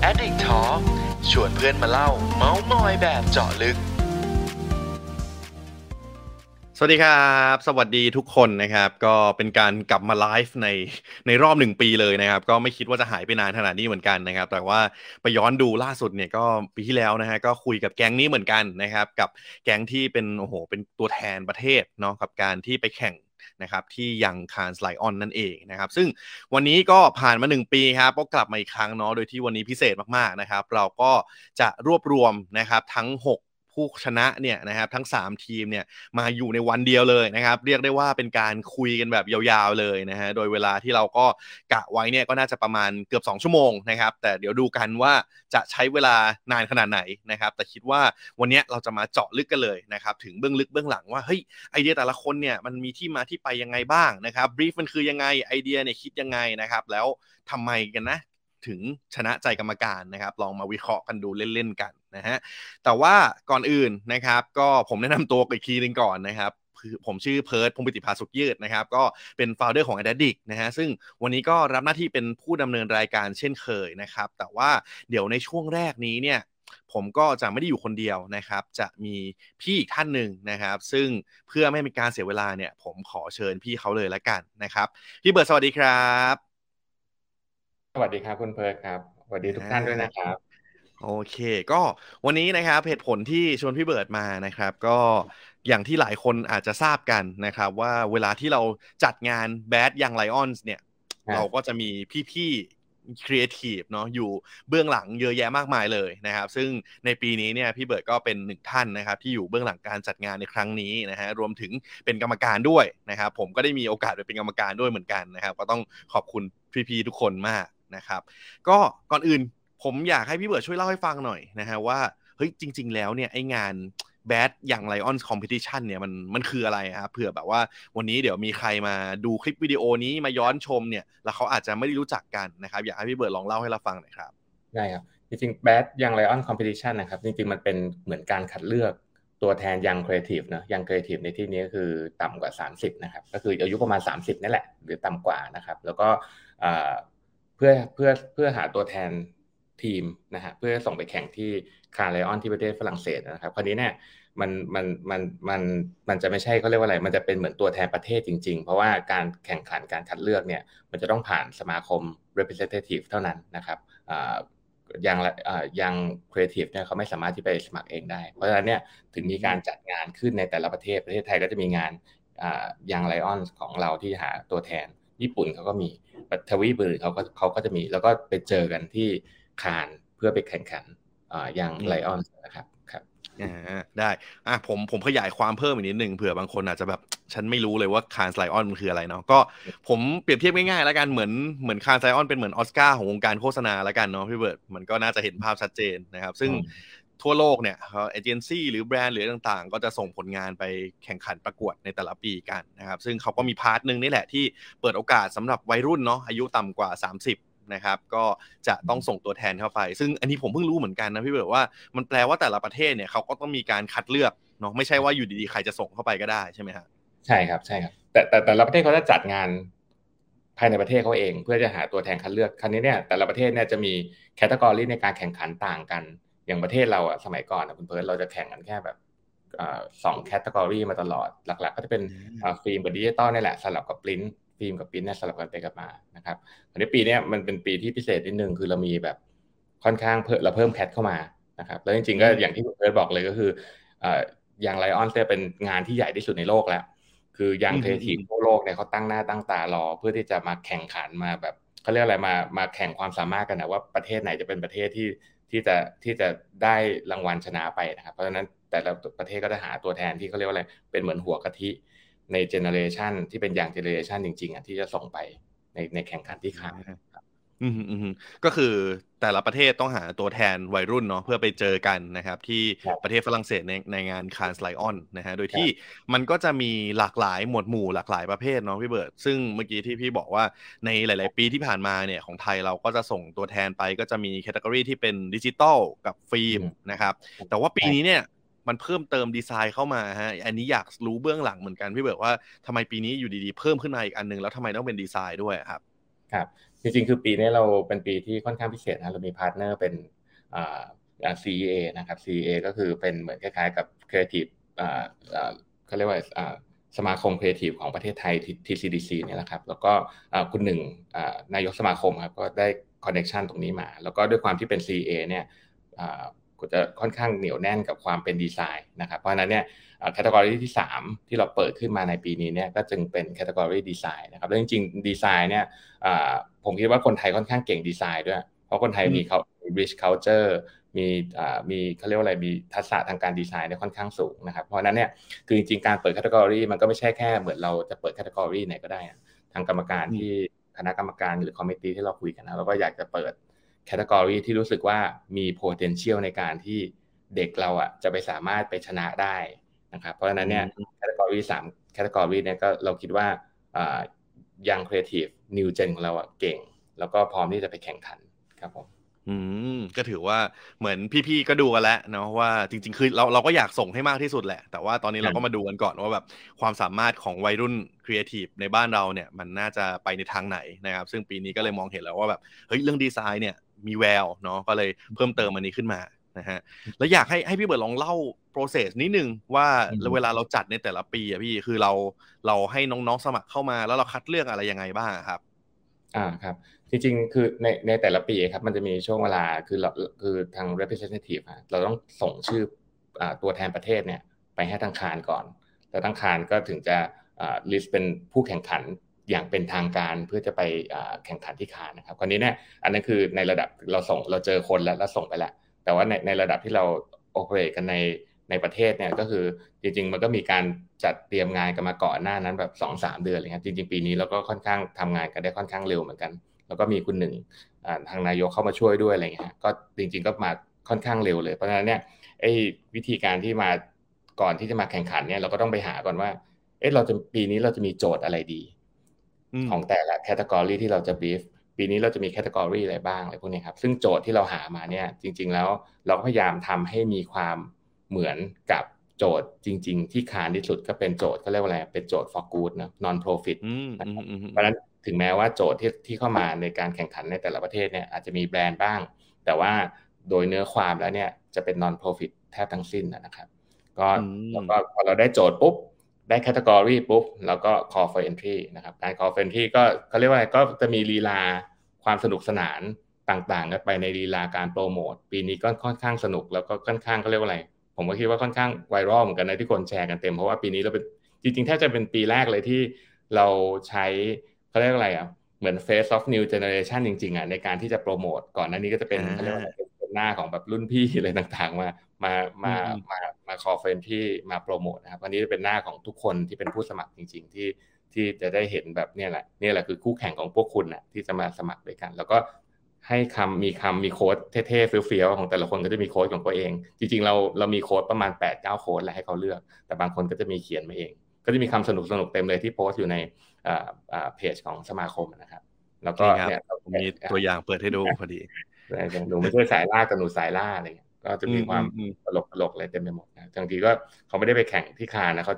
Addict Talk ชวนเพื่อนมาเล่าเม้าท์มอยแบบเจาะลึกสวัสดีครับสวัสดีทุกคนนะครับก็เป็นการกลับมาไลฟ์ในรอบ1 ปีเลยนะครับก็ไม่คิดว่าจะหายไปนานขนาดนี้เหมือนกันนะครับแต่ว่าไปย้อนดูล่าสุดเนี่ยก็ปีที่แล้วนะฮะก็คุยกับแก๊งนี้เหมือนกันนะครับกับแก๊งที่เป็นโอ้โหเป็นตัวแทนประเทศเนาะกับการที่ไปแข่งนะครับที่ยังคานส์ไลออนนั่นเองนะครับซึ่งวันนี้ก็ผ่านมา1 ปีครับก็กลับมาอีกครั้งเนาะโดยที่วันนี้พิเศษมากๆนะครับเราก็จะรวบรวมนะครับทั้ง6ผู้ชนะเนี่ยนะครับทั้ง3ทีมเนี่ยมาอยู่ในวันเดียวเลยนะครับเรียกได้ว่าเป็นการคุยกันแบบยาวๆเลยนะฮะโดยเวลาที่เราก็กะไว้เนี่ยก็น่าจะประมาณเกือบ2 ชั่วโมงนะครับแต่เดี๋ยวดูกันว่าจะใช้เวลานานขนาดไหนนะครับแต่คิดว่าวันนี้เราจะมาเจาะลึกกันเลยนะครับถึงเบื้องลึกเบื้องหลังว่าเฮ้ยไอเดียแต่ละคนเนี่ยมันมีที่มาที่ไปยังไงบ้างนะครับบรีฟมันคือยังไงไอเดียเนี่ยคิดยังไงนะครับแล้วทำไมกันนะถึงชนะใจกรรมการนะครับลองมาวิเคราะห์กันดูเล่นๆกันนะฮะแต่ว่าก่อนอื่นนะครับก็ผมแนะนำตัวอีกทีนึงก่อนนะครับผมชื่อเพิร์ทพงศ์ปิติภาสุขยืดนะครับก็เป็นโฟลเดอร์ของ Addict นะฮะซึ่งวันนี้ก็รับหน้าที่เป็นผู้ดำเนินรายการเช่นเคยนะครับแต่ว่าเดี๋ยวในช่วงแรกนี้เนี่ยผมก็จะไม่ได้อยู่คนเดียวนะครับจะมีพี่อีกท่านหนึ่งนะครับซึ่งเพื่อไม่ให้เป็นการเสียเวลาเนี่ยผมขอเชิญพี่เขาเลยละกันนะครับพี่เบิร์ดสวัสดีครับสวัสดีครับคุณเพิร์ทครับสวัสดีทุกท่านด้วยนะครับโอเคก็วันนี้นะครับเหตุผลที่ชวนพี่เบิร์ดมานะครับก็อย่างที่หลายคนอาจจะทราบกันนะครับว่าเวลาที่เราจัดงาน Bad Young Lions เนี่ยเราก็จะมีพี่ๆครีเอทีฟเนาะอยู่เบื้องหลังเยอะแยะมากมายเลยนะครับซึ่งในปีนี้เนี่ยพี่เบิร์ดก็เป็นหนึ่งท่านนะครับที่อยู่เบื้องหลังการจัดงานในครั้งนี้นะฮะรวมถึงเป็นกรรมการด้วยนะครับผมก็ได้มีโอกาสไปเป็นกรรมการด้วยเหมือนกันนะครับก็ต้องขอบคุณพี่ๆทุกคนมากนะครับก็ก่อนอื่นผมอยากให้พี่เบิร์ดช่วยเล่าให้ฟังหน่อยนะฮะว่าเฮ้ยจริงๆแล้วเนี่ยไองาน Bad อย่าง Lions Competition เนี่ยมันคืออะไรครับเผื่อแบบว่าวันนี้เดี๋ยวมีใครมาดูคลิปวิดีโอนี้มาย้อนชมเนี่ยแล้วเขาอาจจะไม่ได้รู้จักกันนะครับอยากให้พี่เบิร์ดลองเล่าให้เราฟังหน่อยครับได้ครับจริงๆ Bad Young Lion Competition นะครับจริงๆมันเป็นเหมือนการคัดเลือกตัวแทน Young Creative นะ Young Creative ในที่นี้ก็คือต่ำกว่า30นะครับก็คืออายุประมาณ30นี่แหละหรือต่ำกว่านะครับแล้วก็เพื่อหาตัวแทนทีมนะฮะเพื่อส่งไปแข่งที่คาร์ไลออนที่ประเทศฝรั่งเศสนะครับคราวนี้เนี่ยมันจะไม่ใช่เขาเรียกว่าอะไรมันจะเป็นเหมือนตัวแทนประเทศจริงๆเพราะว่าการแข่งขันการคัดเลือกเนี่ยมันจะต้องผ่านสมาคม representative เท่านั้นนะครับยังครีเอทีฟเนี่ยเขาไม่สามารถที่ไปสมัครเองได้เพราะฉะนั้นเนี่ยถึงมีการจัดงานขึ้นในแต่ละประเทศไทยก็จะมีงานยังไลออนของเราที่หาตัวแทนญี่ปุ่นเขาก็มีทวีปอื่นเขาก็จะมีแล้วก็ไปเจอกันที่คานเพื่อไปแข่งขันยังไลออนนะครับได้ผมขยายความเพิ่มอีกนิดนึงเผื่อบางคนอาจจะแบบฉันไม่รู้เลยว่าคานส์ไลออนมันคืออะไรเนาะก็ผมเปรียบเทียบง่ายๆแล้วกันเหมือนคานส์ไลออนเป็นเหมือนออสการ์ของวงการโฆษณาแล้วกันเนาะพี่เบิร์ดมันก็น่าจะเห็นภาพชัดเจนนะครับซึ่งทั่วโลกเนี่ยเอเจนซี่หรือแบรนด์หรือต่างๆก็จะส่งผลงานไปแข่งขันประกวดในแต่ละปีกันนะครับซึ่งเขาก็มีพาร์ทนึงนี่แหละที่เปิดโอกาสสำหรับวัยรุ่นเนาะอายุต่ำกว่า30นะครับก็จะต้องส่งตัวแทนเข้าไปซึ่งอันนี้ผมเพิ่งรู้เหมือนกันนะพี่เบิร์ดว่ามันแปลว่าแต่ละประเทศเนี่ยเขาก็ต้องมีการคัดเลือกเนาะไม่ใช่ว่าอยู่ดีๆใครจะส่งเข้าไปก็ได้ใช่ไหมครับใช่ครับแต่ละประเทศเขาจะจัดงานภายในประเทศเขาเองเพื่อจะหาตัวแทนคัดเลือกครั้นี้เนี่ยแต่ละประเทศเนี่ยจะมีแคตตากรีในการแข่งขันต่างกันอย่างประเทศเราอะสมัยก่อนนะคุณเพิร์ทเราจะแข่งกันแค่แบบ2แคตตากรีมาตลอดหลักๆก็จะเป็นฟิล์มกับดิจิตอลนี่แหละสลับกับปริ้นฟิล์มกับปริ้นเนี่ยสลับกันไปกันมานะครับอันนี้ปีนี้มันเป็นปีที่พิเศษนิดนึงคือเรามีแบบค่อนข้างเราเพิ่มแคทเข้ามานะครับแล้วจริงๆก็อย่างที่คุณเพิร์ทบอกเลยก็คืออย่างไลออนเนี่ยเป็นงานที่ใหญ่ที่สุดในโลกแล้วคือยังครีเอทีฟทั่วโลกเนี่ยเขาตั้งหน้าตั้งตารอเพื่อที่จะมาแข่งขันมาแบบเขาเรียกอะไรมาแข่งความสามารถกันนะว่าประเทศไหนจะเป็นประเทศที่จะได้รางวัลชนะไปนะครับเพราะฉะนั้นแต่ละประเทศก็จะหาตัวแทนที่เขาเรียกว่าอะไรเป็นเหมือนหัวกะทิในเจเนอเรชันที่เป็นอย่างเจเนอเรชันจริงๆอ่ะที่จะส่งไปในแข่งขันที่คานก็คือแต่ละประเทศต้องหาตัวแทนวัยรุ่นเนาะเพื่อไปเจอกันนะครับที่ประเทศฝรั่งเศสในงานคานส์ไลออนนะฮะโดยที่มันก็จะมีหลากหลายหมวดหมู่หลากหลายประเภทเนาะพี่เบิร์ดซึ่งเมื่อกี้ที่พี่บอกว่าในหลายๆปีที่ผ่านมาเนี่ยของไทยเราก็จะส่งตัวแทนไปก็จะมีแคตตากรีที่เป็นดิจิตอลกับฟิล์มนะครับแต่ว่าปีนี้เนี่ยมันเพิ่มเติมดีไซน์เข้ามาฮะอันนี้อยากรู้เบื้องหลังเหมือนกันพี่เบิร์ดว่าทำไมปีนี้อยู่ดีๆเพิ่มขึ้นมาอีกอันนึงแล้วทำไมต้องเป็นดีไซน์ด้วยครับครับจริงๆคือปีนี้เราเป็นปีที่ค่อนข้างพิเศษนะเรามีพาร์ทเนอร์เป็นอ่าCEA นะครับ CEA ก็คือเป็นเหมือนคล้ายๆกับ Creative อ่าเขาเรียกว่าสมาคมครีเอทีฟของประเทศไทย TCDC เนี่ยแหละครับแล้วก็คุณหนึ่งนายกสมาคมครับก็ได้คอนเนคชันตรงนี้มาแล้วก็ด้วยความที่เป็น CEA เนี่ยก็จะค่อนข้างเหนียวแน่นกับความเป็นดีไซน์นะครับเพราะฉะนั้นเนี่ยแคตตากรีที่3ที่เราเปิดขึ้นมาในปีนี้เนี่ยก็จึงเป็นแคตตากรีดีไซน์นะครับแล้วจริงๆดีไซน์เนี่ยผมคิดว่าคนไทยค่อนข้างเก่งดีไซน์ด้วยเพราะคนไทยมีrich culture มีเขาเรียกว่าอะไรมีทักษะทางการดีไซน์เนี่ยค่อนข้างสูงนะครับเพราะนั้นเนี่ยคือจริงๆการเปิดแคตตากรีมันก็ไม่ใช่แค่เหมือนเราจะเปิดแคตตากรีไหนก็ได้ทางกรรมการที่คณะกรรมการหรือคอมมิตี้ที่เราคุยกันนะเราก็อยากจะเปิดแคตตากรีที่รู้สึกว่ามี potential ในการที่เด็กเราจะไปสามารถไปชนะได้นะครับเพราะฉะนั้นเนี่ยแคตตากรี3แคตตากรีเนี่ยก็เราคิดว่ายังครีเอทีฟนิวเจนของเราเก่งแล้วก็พร้อมที่จะไปแข่งขันครับผมก็ถือว่าเหมือนพี่ๆก็ดูกันแล้วเนาะว่าจริงๆคือเราก็อยากส่งให้มากที่สุดแหละแต่ว่าตอนนี้เราก็มาดูกันก่อนว่าแบบความสามารถของวัยรุ่นครีเอทีฟในบ้านเราเนี่ยมันน่าจะไปในทางไหนนะครับซึ่งปีนี้ก็เลยมองเห็นแล้วว่าแบบเฮ้ยเรื่องดีไซน์เนี่ยมีแววเนาะก็เลยเพิ่มเติมอันนี้ขึ้นมานะฮะแล้วอยากให้พี่เบิร์ดลองเล่า process นิดนึงว่าเวลาเราจัดในแต่ละปีพี่คือเราให้น้องๆสมัครเข้ามาแล้วเราคัดเลือกอะไรยังไงบ้างครับครับจริงๆคือในแต่ละปีครับมันจะมีช่วงเวลาคือทาง representative เราต้องส่งชื่อตัวแทนประเทศเนี่ยไปให้ทางคานก่อนแล้วทางคานก็ถึงจะlist เป็นผู้แข่งขันอย่างเป็นทางการเพื่อจะไปแข่งขันที่คานนะครับคราวนี้เนี่ยอันนั้นคือในระดับเราเจอคนแล้วส่งไปแล้วแต่ว่าในระดับที่เรา operate กันในประเทศเนี่ยก็คือจริงๆมันก็มีการจัดเตรียมงานกันมาก่อนหน้านั้นแบบ 2-3 เดือนเลยครับจริงๆปีนี้เราก็ค่อนข้างทำงานกันได้ค่อนข้างเร็วเหมือนกันแล้วก็มีคุณหนึ่งทางนายกเข้ามาช่วยด้วยอะไรเงี้ยก็จริงๆก็มาค่อนข้างเร็วเลยเพราะฉะนั้นเนี่ยวิธีการที่มาก่อนที่จะมาแข่งขันเนี่ยเราก็ต้องไปหาก่อนว่าปีนี้เราจะมีโจทย์อะไรดีของแต่ละแคตตากรีที่เราจะบีฟปีนี้เราจะมีแคตตากรีอะไรบ้างอะไรพวกนี้ครับซึ่งโจทย์ที่เราหามาเนี่ยจริงๆแล้วเราก็พยายามทำให้มีความเหมือนกับโจทย์จริงๆที่คานที่สุดก็เป็นโจทย์ก็เรียกว่าอะไรเป็นโจทย์ for good นะ non profit เพราะฉะนั้นถึงแม้ว่าโจทย์ที่เข้ามาในการแข่งขันในแต่ละประเทศเนี่ยอาจจะมีแบรนด์บ้างแต่ว่าโดยเนื้อความแล้วเนี่ยจะเป็น non profit แทบทั้งสิ้นนะครับก็พอเราได้โจทย์ปุ๊บได้แคตตากรีปุ๊บแล้วก็ call for entry นะครับการ call for entry ก็เขาเรียกว่าอะไรก็จะมีลีลาความสนุกสนานต่างๆกันไปในลีลาการโปรโมทปีนี้ก็ค่อนข้างสนุกแล้วก็ค่อนข้างเขาเรียกว่าอะไรผมก็คิดว่าค่อนข้างไวรัลเหมือนกันนะที่คนแชร์กันเต็มเพราะว่าปีนี้เราเป็นจริงๆแทบจะเป็นปีแรกเลยที่เราใช้เขาเรียกอะไรเหมือน Face of New Generation จริงๆในการที่จะโปรโมทก่อนหน้านี้ก็จะเป็นเขาเรียกว่าเป็นหน้าของแบบรุ่นพี่อะไรต่างๆมาคอเฟนที่มาโปรโมทนะครับวันนี้จะเป็นหน้าของทุกคนที่เป็นผู้สมัครจริงๆที่จะได้เห็นแบบนี่แหละคือคู่แข่งของพวกคุณนะที่จะมาสมัครด้วยกันแล้วก็ให้มีโค้ดเท่ๆเฟี้ยวๆของแต่ละคนก็จะมีโค้ดของตัวเองจริงๆเรามีโค้ดประมาณ 8-9 โค้ดแล้วให้เขาเลือกแต่บางคนก็จะมีเขียนมาเองก็จะมีคำสนุกๆเต็มเลยที่โพสต์อยู่ในเพจของสมาคมนะครับแล้วก็เนี่ยมีตัวอย่างเปิดให้ดูพอดีหนูไม่ใช่สายล่าแต่หนูสายล่าอะไรเงี้ยก็จะมีความตลกอะไรเต็มไปหมดนะบางทีก็เขาไม่ได้ไปแข่งที่คานนะเขา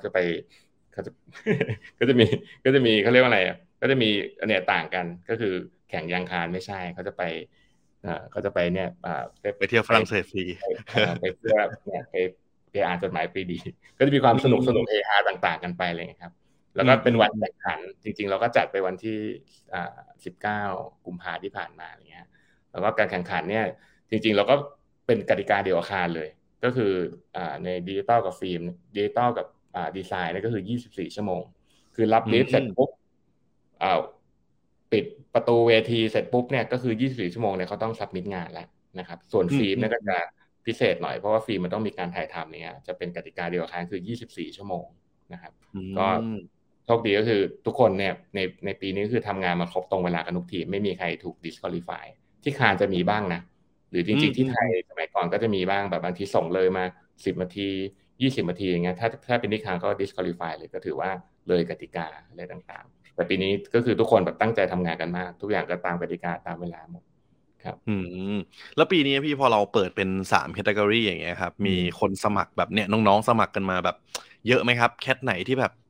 ก็จะมีเขาเรียกว่าอะไรก็จะมีอันเนี้ยต่างกันก็คือแข่งยางคานไม่ใช่เขาจะไปเนี่ยไปเที่ยวฝรั่งเศสฟรีไปเพื่อเนี่ยไปอ่านจดหมายปรีดีก็จะมีความสนุกเฮฮาต่างๆกันไปเลยครับแล้วก็เป็นวันแข่งขันจริงๆเราก็จัดไปวันที่19 กุมภาพันธ์ที่ผ่านมาอะไรเงี้ยแล้วก็การแข่งขันเนี่ยจริงๆเราก็เป็นกติกาเดียวกับคานเลยก็คือในดิจิตอลกับฟิล์มดิจิตอลกับดีไซน์นี่ก็คือ24 ชั่วโมงคือรับบีฟเสร็จปุ๊บปิดประตูเวทีเสร็จปุ๊บเนี่ยก็คือ24 ชั่วโมงเนี่ยเขาต้องซับมิทงานแล้วนะครับส่วนฟิล์มเนี่ยก็จะพิเศษหน่อยเพราะว่าฟิล์มมันต้องมีการถ่ายทำเนี่ยจะเป็นกติกาเดียวกันคือ24 ชั่วโมงนะครับก็โชคดีก็คือทุกคนเนี่ยในปีนี้คือทำงานมาครบตรงเวลากันทุกทีไม่มีใครถูก disqualify ที่คานจะมีบ้างนะหรือจริงๆที่ไทยสมัยก่อนก็จะมีบ้างแบบบางทีส่งเลยมา10 นาที20 นาทีอย่างเงี้ยถ้าเป็นที่คานก็ disqualify เลยก็ถือว่าเลยกติกาอะไรต่างๆแต่ปีนี้ก็คือทุกคนแบบตั้งใจทำงานกันมากทุกอย่างก็ตามกติกาตามเวลาหมดครับแล้วปีนี้พี่พอเราเปิดเป็น3 category อย่างเงี้ยครับมีคนสมัครแบบเนี้ยน้องๆสมัครกันมาแบบเยอะไหมครับแคทไหนที่แบบ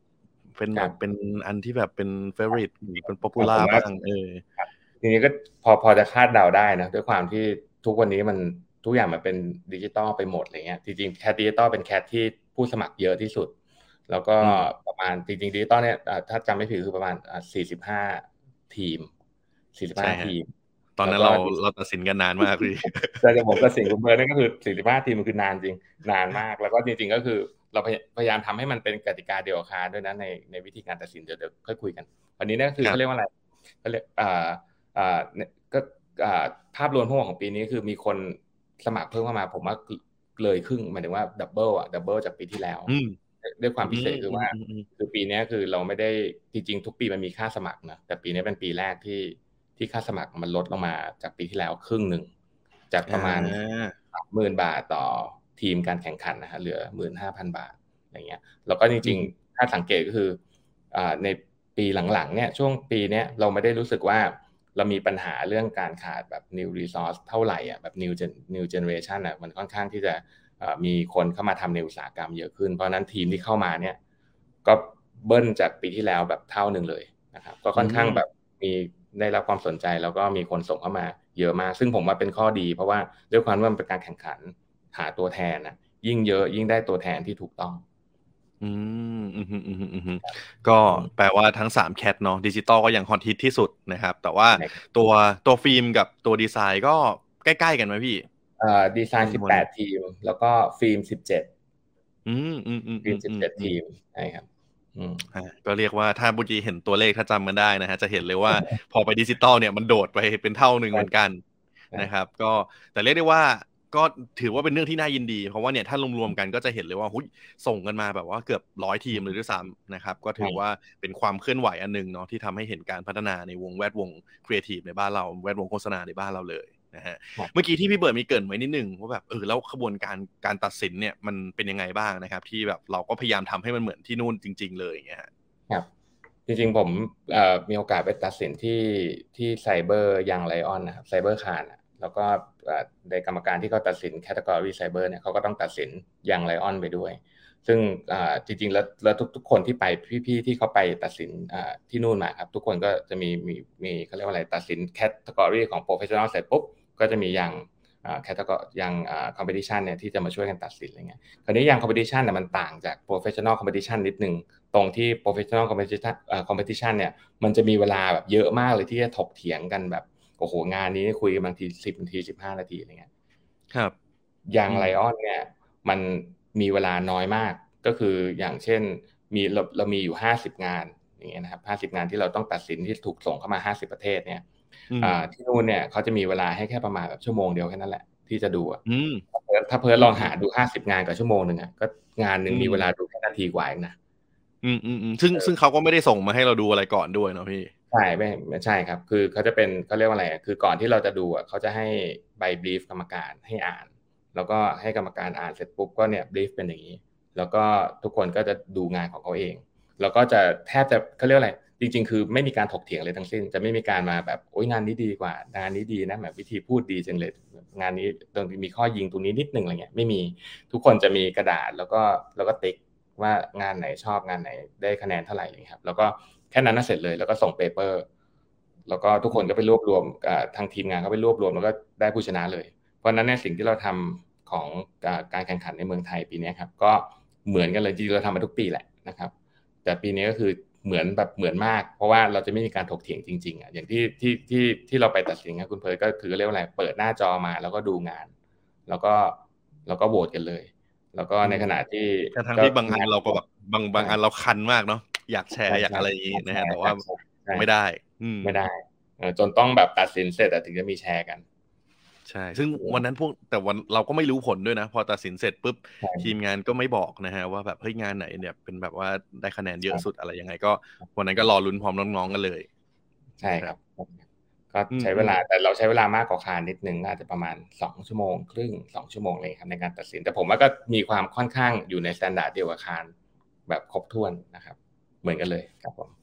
เป็นครับแบบเป็นอันที่แบบเป็นเฟเวอริตเป็นป๊อปปูผล่ามว่าบ้างทีนี้ก็พอจะคาดเดาได้นะด้วยความที่ทุกวันนี้มันทุกอย่างมันเป็นดิจิตอลไปหมดอะไรเงี้ยจริงๆแคทดิจิตอลเป็นแคทที่ผู้สมัครเยอะที่สุดแล้วก็อืมประมาณจริงๆดิจิตอลเนี่ยถ้าจำไม่ผิดคือประมาณ45ทีมใช่ 45 ฮะทีมตอนแล้วก็นั้นเราตัดสินกันนานมากพี่แต่ผมกับสิ่งคุณเบิร์ดนั่นก็คือ45ทีมมันคือนานจริงนานมากแล้วก็จริงๆก็คือเราพยายามทำให้มันเป็นกติกาเดียวกับคานด้วยนะในวิธีการตัดสินเดี๋ยวค่อยคุยกันอันนี้เนี่ยคือครับเขาเรียกว่าอะไรเขาเรียกเนี่ยก็ภาพรวมทั้งหมดของปีนี้คือมีคนสมัครเพิ่มเข้ามาผมว่าเลยครึ่งหมายถึงว่าดับเบิลจากปีที่แล้วอืมด้วยความอืพิเศษคือว่ามคือปีนี้คือเราไม่ได้จริงๆทุกปีมันมีค่าสมัครนะแต่ปีนี้เป็นปีแรกที่ค่าสมัครมันลดลงมาจากปีที่แล้วครึ่งหนึ่งจากประมาณ30,000 บาทต่อทีมการแข่งขันนะฮะเหลือ 15,000 บาทอย่างเงี้ยแล้วก็จริงๆถ้าสังเกตก็คือในปีหลังๆเนี่ยช่วงปีเนี้ยเราไม่ได้รู้สึกว่าเรามีปัญหาเรื่องการขาดแบบ new resource เท่าไหร่อ่ะแบบ new generation อ่ะมันค่อนข้างที่จะมีคนเข้ามาทำในอุตสาหกรรมเยอะขึ้นเพราะนั้นทีมที่เข้ามาเนี่ยก็เบิ้ลจากปีที่แล้วแบบเท่าหนึ่งเลยนะครับก็ค่อนข้างแบบมีได้รับความสนใจแล้วก็มีคนส่งเข้ามาเยอะมากซึ่งผมว่าเป็นข้อดีเพราะว่าด้วยความว่ามันเป็นการแข่งขันหาตัวแทนนะยิ่งเยอะยิ่งได้ตัวแทนที่ถูกต้องอืมก็แปลว่าทั้ง3แคทเนาะดิจิตอลก็ยังฮอตฮิตที่สุดนะครับแต่ว่าตัวฟิล์มกับตัวดีไซน์ก็ใกล้ๆกันไหมพี่ดีไซน์18ทีมแล้วก็ฟิล์ม17ฟิล์ม17ทีมใช่ครับก็เรียกว่าถ้าบุจีเห็นตัวเลขถ้าจำกันได้นะฮะจะเห็นเลยว่าพอไปดิจิตอลเนี่ยมันโดดไปเป็นเท่าหนึ่งเหมือนกันนะครับก็แต่เรียกได้ว่าก็ถือว่าเป็นเรื่องที่น่ายินดีเพราะว่าเนี่ยถ้ารวมๆกันก็จะเห็นเลยว่าส่งกันมาแบบว่าเกือบ100ทีมเลยด้วยซ้ำนะครับก็ถือว่าเป็นความเคลื่อนไหวอันนึงเนาะที่ทำให้เห็นการพัฒนาในแวดวงครีเอทีฟในบ้านเราแวดวงโฆษณาในบ้านเราเลยนะฮะเมื่อกี้ที่พี่เบิร์ดมีเกริ่นไว้นิดนึงว่าแบบแล้วขบวนการตัดสินเนี่ยมันเป็นยังไงบ้างนะครับที่แบบเราก็พยายามทำให้มันเหมือนที่นู่นจริงๆเลยอย่างเงี้ยครับจริงๆผมมีโอกาสไปตัดสินที่ไซเบอร์ยังไลออนนะครับไซเบอร์คานแล้วก็ในกรรมการที่เขาตัดสินแคตตากรีไซเบอร์เนี่ยเขาก็ต้องตัดสินยังไลออนไปด้วยซึ่งจริงๆแล้วทุกคนที่ไปพี่ๆที่เขาไปตัดสินที่นู่นมาครับทุกคนก็จะมีเขาเรียกว่าอะไรตัดสินแคตตากรีของโปรเฟชชั่นอลเสร็จปุ๊บก็จะมียังแคตตากรียังคอมเพติชันเนี่ยที่จะมาช่วยกันตัดสินอะไรเงี้ยคราวนี้ยังคอมเพติชันเนี่ยมันต่างจากโปรเฟชชั่นอลคอมเพติชันนิดนึงตรงที่ professional competition เนี่ยมันจะมีเวลาแบบเยอะมากเลยที่จะถกเถียงกันแบบโอ้โหงานนี้คุยกันบางที10 นาที15 นาทีอะไรเงี้ยครับอย่างไลออนเนี่ยมันมีเวลาน้อยมากก็คืออย่างเช่นเรามีอยู่50งานอย่างเงี้ยนะครับ50งานที่เราต้องตัดสินที่ถูกส่งเข้ามา50ประเทศเนี่ยที่นู่นเนี่ยเขาจะมีเวลาให้แค่ประมาณแบบชั่วโมงเดียวแค่นั้นแหละที่จะดูถ้าเพิ่ลองหาดู50งานกับชั่วโมงนึงอ่ะก็งานนึงมีเวลาดูแค่นาทีกว่าเองนะซึ่งเขาก็ไม่ได้ส่งมาให้เราดูอะไรก่อนด้วยเนาะพี่ใช่ไม่ใช่ครับคือเขาจะเป็นเขาเรียกว่าอะไรคือก่อนที่เราจะดูเขาจะให้ใบบรีฟกรรมการให้อ่านแล้วก็ให้กรรมการอ่านเสร็จปุ๊บก็เนี่ยบรีฟเป็นอย่างนี้แล้วก็ทุกคนก็จะดูงานของเขาเองแล้วก็จะแทบจะเขาเรียกอะไรจริงๆคือไม่มีการถกเถียงเลยทั้งสิ้นจะไม่มีการมาแบบโอ๊ยงานนี้ดีกว่างานนี้ดีนะแบบวิธีพูดดีจังเลยงานนี้ตรงมีข้อยิงตรงนี้นิดนึงอะไรเงี้ยไม่มีทุกคนจะมีกระดาษแล้วก็ติ๊กว่างานไหนชอบงานไหนได้คะแนนเท่าไหร่เลยครับแล้วก็แค่นั้นน่ะเสร็จเลยแล้วก็ส่งเปเปอร์แล้วก็ทุกคนก็ไปรวบรวมทางทีมงานก็ไปรวบรวมแล้วก็ได้ผู้ชนะเลยเพราะนั้นเนี่ยสิ่งที่เราทำของการแข่งขันในเมืองไทยปีนี้ครับก็เหมือนกันเลยจริงๆเราทำมาทุกปีแหละนะครับแต่ปีนี้ก็คือเหมือนมากเพราะว่าเราจะไม่มีการถกเถียงจริงๆอย่างที่เราไปตัดสินครับคุณเพิร์ดก็คือเรียกว่าอะไรเปิดหน้าจอมาแล้วก็ดูงานแล้วก็โหวตกันเลยแล้วก็ในขณะที่ทั้งที่บางอันเราก็แบบบางอันเราคันมากเนาะอยากแชร์อยากอะไรอย่างนี้นะฮะแต่ว่าไม่ได้จนต้องแบบตัดสินเสร็จถึงจะมีแชร์กันใช่ซึ่งวันนั้นแต่วันเราก็ไม่รู้ผลด้วยนะพอตัดสินเสร็จปุ๊บทีมงานก็ไม่บอกนะฮะว่าแบบเฮ้ยงานไหนเนี่ยเป็นแบบว่าได้คะแนนเยอะสุดอะไรยังไงก็วันนั้นก็รอลุ้นพร้อมน้องๆกันเลยใช่ครับก็ใช้เวลาแต่เราใช้เวลามากกว่าคานนิดนึงน่าจะประมาณ2 ชั่วโมงครึ่ง2 ชั่วโมงเลยครับในการตัดสินแต่ผมว่าก็มีความค่อนข้างอยู่ในสแตนดาร์ดเดียวกับคานแบบครบถ้วนนะครับเหมือนกันเลยครับผม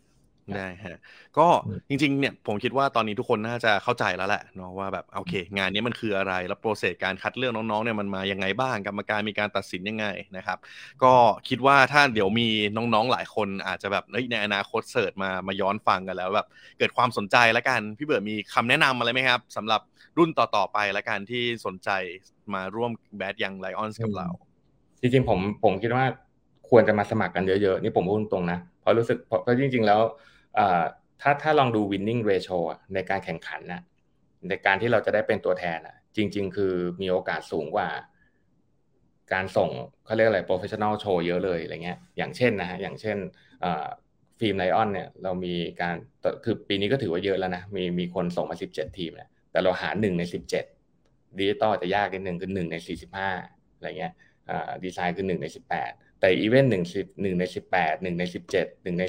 ได้ฮะก็จริงๆเนี่ยผมคิดว่าตอนนี้ทุกคนน่าจะเข้าใจแล้วแหละเนาะว่าแบบโอเคงานนี้มันคืออะไรแล้วโปรเซสการคัดเลือกน้องๆเนี่ยมันมายังไงบ้างกรรมการมีการตัดสินยังไงนะครับก็คิดว่าถ้าเดี๋ยวมีน้องๆหลายคนอาจจะแบบในอนาคตเสิร์ชมาย้อนฟังกันแล้วแบบเกิดความสนใจแล้วกันพี่เบิร์ดมีคำแนะนำอะไรไหมครับสำหรับรุ่นต่อๆไปแล้วกันที่สนใจมาร่วมแบดยังไลออนส์กับเราจริงๆผมคิดว่าควรจะมาสมัครกันเยอะๆนี่ผมพูดตรงๆนะเพราะรู้สึกเพราะจริงๆแล้วถ้าลองดู winning ratio ในการแข่งขันนะในการที่เราจะได้เป็นตัวแทนจริงๆคือมีโอกาสสูงกว่าการส่งเขาเรียกอะไร professional show เยอะเลยอะไรเงี้ยอย่างเช่นนะฮะอย่างเช่นฟิล์มไลออนเนี่ยเรามีการคือปีนี้ก็ถือว่าเยอะแล้วนะมีคนส่งมา17ทีมเนี่ยแต่เราหา1ใน17ดิจิตอลจะยากนิดนึงคือ1ใน45อะไรเงี้ยดีไซน์คือ1ใน18แต่อีเวนต์1ใน18 1ใน17 1ใน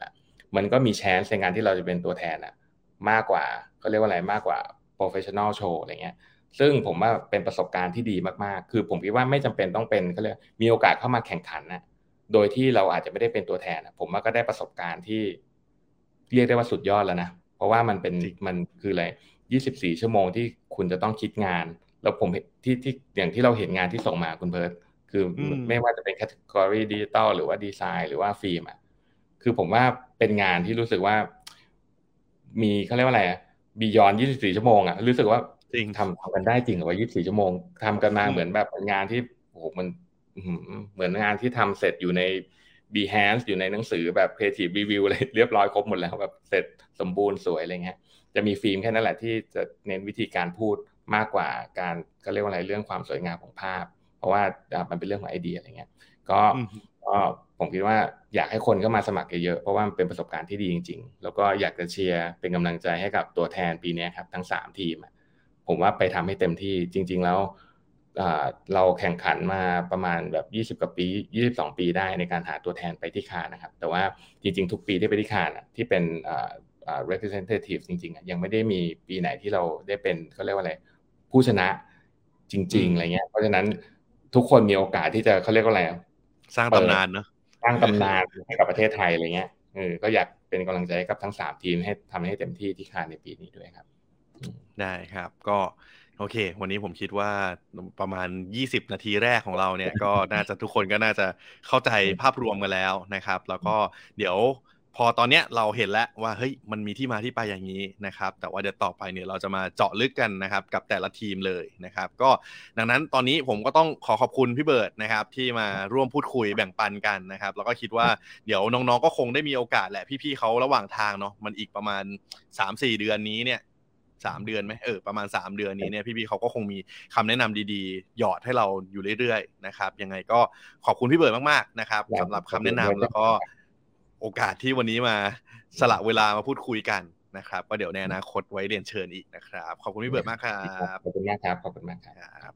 40มันก็มีแชนส์ในงานที่เราจะเป็นตัวแทนมากกว่าเขาเรียกว่าอะไรมากกว่า professional show อะไรเงี้ยซึ่งผมว่าเป็นประสบการณ์ที่ดีมากๆคือผมคิดว่าไม่จำเป็นต้องเป็นเขาเรียกมีโอกาสเข้ามาแข่งขันโดยที่เราอาจจะไม่ได้เป็นตัวแทนผมว่าก็ได้ประสบการณ์ที่เรียกได้ว่าสุดยอดแล้วนะเพราะว่ามันคืออะไร24ชั่วโมงที่คุณจะต้องคิดงานแล้วผมที่อย่างที่เราเห็นงานที่ส่งมาคุณเพิร์ทคือไม่ว่าจะเป็นแคตตากรีดิจิตอลหรือว่าดีไซน์หรือว่าฟิล์มคือผมว่าเป็นงานที่รู้สึกว่ามีเขาเรียกว่าอะไรบียอน24ชั่วโมงรู้สึกว่าทำกันได้จริงหรือว่า24ชั่วโมงทำกันมาเหมือนแบบงานที่โอ้โหมันเหมือนงานที่ทำเสร็จอยู่ใน Behance อยู่ในหนังสือแบบ Creative Review อะไรเรียบร้อยครบหมดแล้วแบบเสร็จสมบูรณ์สวยอะไรเงี้ยจะมีฟิล์มแค่นั้นแหละที่จะเน้นวิธีการพูดมากกว่าการก็เรียกว่าอะไรเรื่องความสวยงามของภาพเพราะว่ามันเป็นเรื่องของไอเดียอะไรเงี้ยก็ผมคิดว่าอยากให้คนเข้ามาสมัครเยอะๆเพราะว่ามันเป็นประสบการณ์ที่ดีจริงๆแล้วก็อยากจะเชียร์เป็นกำลังใจให้กับตัวแทนปีนี้ครับทั้ง3ทีมผมว่าไปทำให้เต็มที่จริงๆแล้วเราแข่งขันมาประมาณแบบ20กว่าปี22ปีได้ในการหาตัวแทนไปที่คานนะครับแต่ว่าจริงๆทุกปีที่ไปที่คานที่เป็นrepresentative จริงๆยังไม่ได้มีปีไหนที่เราได้เป็นเขาเรียกว่าอะไรผู้ชนะจริงๆอะไรเงี้ยเพราะฉะนั้นทุกคนมีโอกาสที่จะเขาเรียกว่าอะไรสร้างตำนานเนาะสร้างตำนานให้กับประเทศไทยอะไรเงี้ยก็อยากเป็นกำลังใจกับทั้ง3ทีมให้ทำให้เต็มที่ที่คานในปีนี้ด้วยครับได้ครับก็โอเควันนี้ผมคิดว่าประมาณ20นาทีแรกของเราเนี่ยก็น่าจะทุกคนก็น่าจะเข้าใจภาพรวมกันแล้วนะครับแล้วก็เดี๋ยวพอตอนเนี้ยเราเห็นแล้วว่าเฮ้ยมันมีที่มาที่ไปอย่างนี้นะครับแต่ว่าเดี๋ยวต่อไปเนี่ยเราจะมาเจาะลึกกันนะครับกับแต่ละทีมเลยนะครับก็ดังนั้นตอนนี้ผมก็ต้องขอบคุณพี่เบิร์ดนะครับที่มาร่วมพูดคุยแบ่งปันกันนะครับแล้วก็คิดว่าเดี๋ยวน้องๆก็คงได้มีโอกาสแหละพี่ๆเขาระหว่างทางเนาะมันอีกประมาณ 3-4 เดือนนี้เนี่ย3เดือนไหมประมาณ3เดือนนี้เนี่ยพี่ๆเขาก็คงมีคำแนะนำดีๆหยอดให้เราอยู่เรื่อยๆนะครับยังไงก็ขอบคุณพี่เบิร์ดมากๆนะครับสำหรับคำแนะนำแล้วก็โอกาสที่วันนี้มาสละเวลามาพูดคุยกันนะครับก็เดี๋ยวในอนาคตไว้เรียนเชิญอีกนะครับขอบคุณพี่เบิร์ดมากครับขอบคุณมากครับขอบคุณมากครับ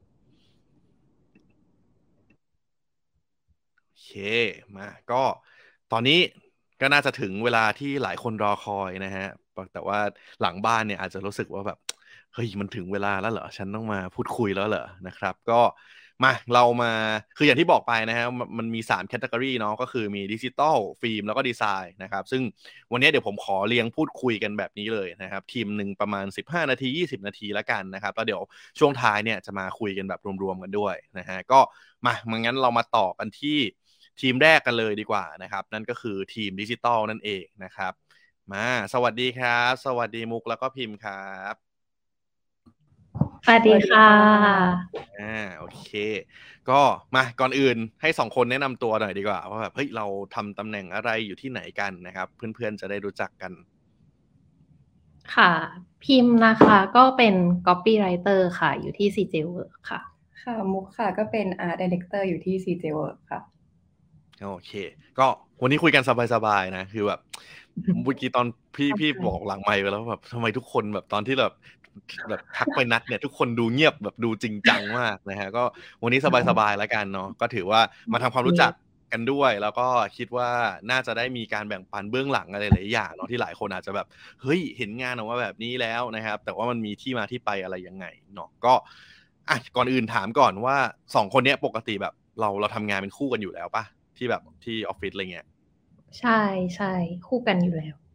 โอเคมาก็ตอนนี้ก็น่าจะถึงเวลาที่หลายคนรอคอยนะฮะแต่ว่าหลังบ้านเนี่ยอาจจะรู้สึกว่าแบบเฮ้ยมันถึงเวลาแล้วเหรอฉันต้องมาพูดคุยแล้วเหรอนะครับก็มาเรามาคืออย่างที่บอกไปนะฮะมันมี3แคตตากรีเนาะก็คือมีดิจิตอลฟิล์มแล้วก็ดีไซน์นะครับซึ่งวันนี้เดี๋ยวผมขอเรียงพูดคุยกันแบบนี้เลยนะครับทีมหนึ่งประมาณ15นาที20นาทีแล้วกันนะครับแล้วเดี๋ยวช่วงท้ายเนี่ยจะมาคุยกันแบบรวมๆกันด้วยนะฮะก็มางั้นเรามาต่อกันที่ทีมแรกกันเลยดีกว่านะครับนั่นก็คือทีมดิจิตอลนั่นเองนะครับมาสวัสดีครับสวัสดีมุกแล้วก็พิมพ์ครับสวัสดีค่ะโอเคก็มาก่อนอื่นให้2คนแนะนำตัวหน่อยดีกว่าว่าแบบเฮ้ยเราทำตำแหน่งอะไรอยู่ที่ไหนกันนะครับเพื่อนๆจะได้รู้จักกันค่ะพิมพ์นะคะก็เป็น copywriter ค่ะอยู่ที่ CJ Work ค่ะค่ะมุกค่ะก็เป็น Art Director อยู่ที่ CJ Work ค่ะโอเคก็วันนี้คุยกันสบายๆนะคือแบบเมื่อกี้ตอนพี่บอกหลังไมค์ไปแล้วแบบทำไมทุกคนแบบตอนที่แบบทักไปนัดเนี่ยทุกคนดูเงียบแบบดูจริงจังมากนะฮะก็วันนี้สบายๆแล้วกันเนาะก็ถือว่ามาทำความรู้จักกันด้วยแล้วก็คิดว่าน่าจะได้มีการแบ่งปันเบื้องหลังอะไรหลายอย่างเนาะที่หลายคนอาจจะแบบเฮ้ยเห็นงานออกมาแบบนี้แล้วนะครับแต่ว่ามันมีที่มาที่ไปอะไรยังไงเนาะก็ก่อนอื่นถามก่อนว่า2คนเนี้ยปกติแบบเราทำงานเป็นคู่กันอยู่แล้วป่ะที่แบบที่ออฟฟิศอะไรเงี้ยใช่คู่กันอยู่แล้ว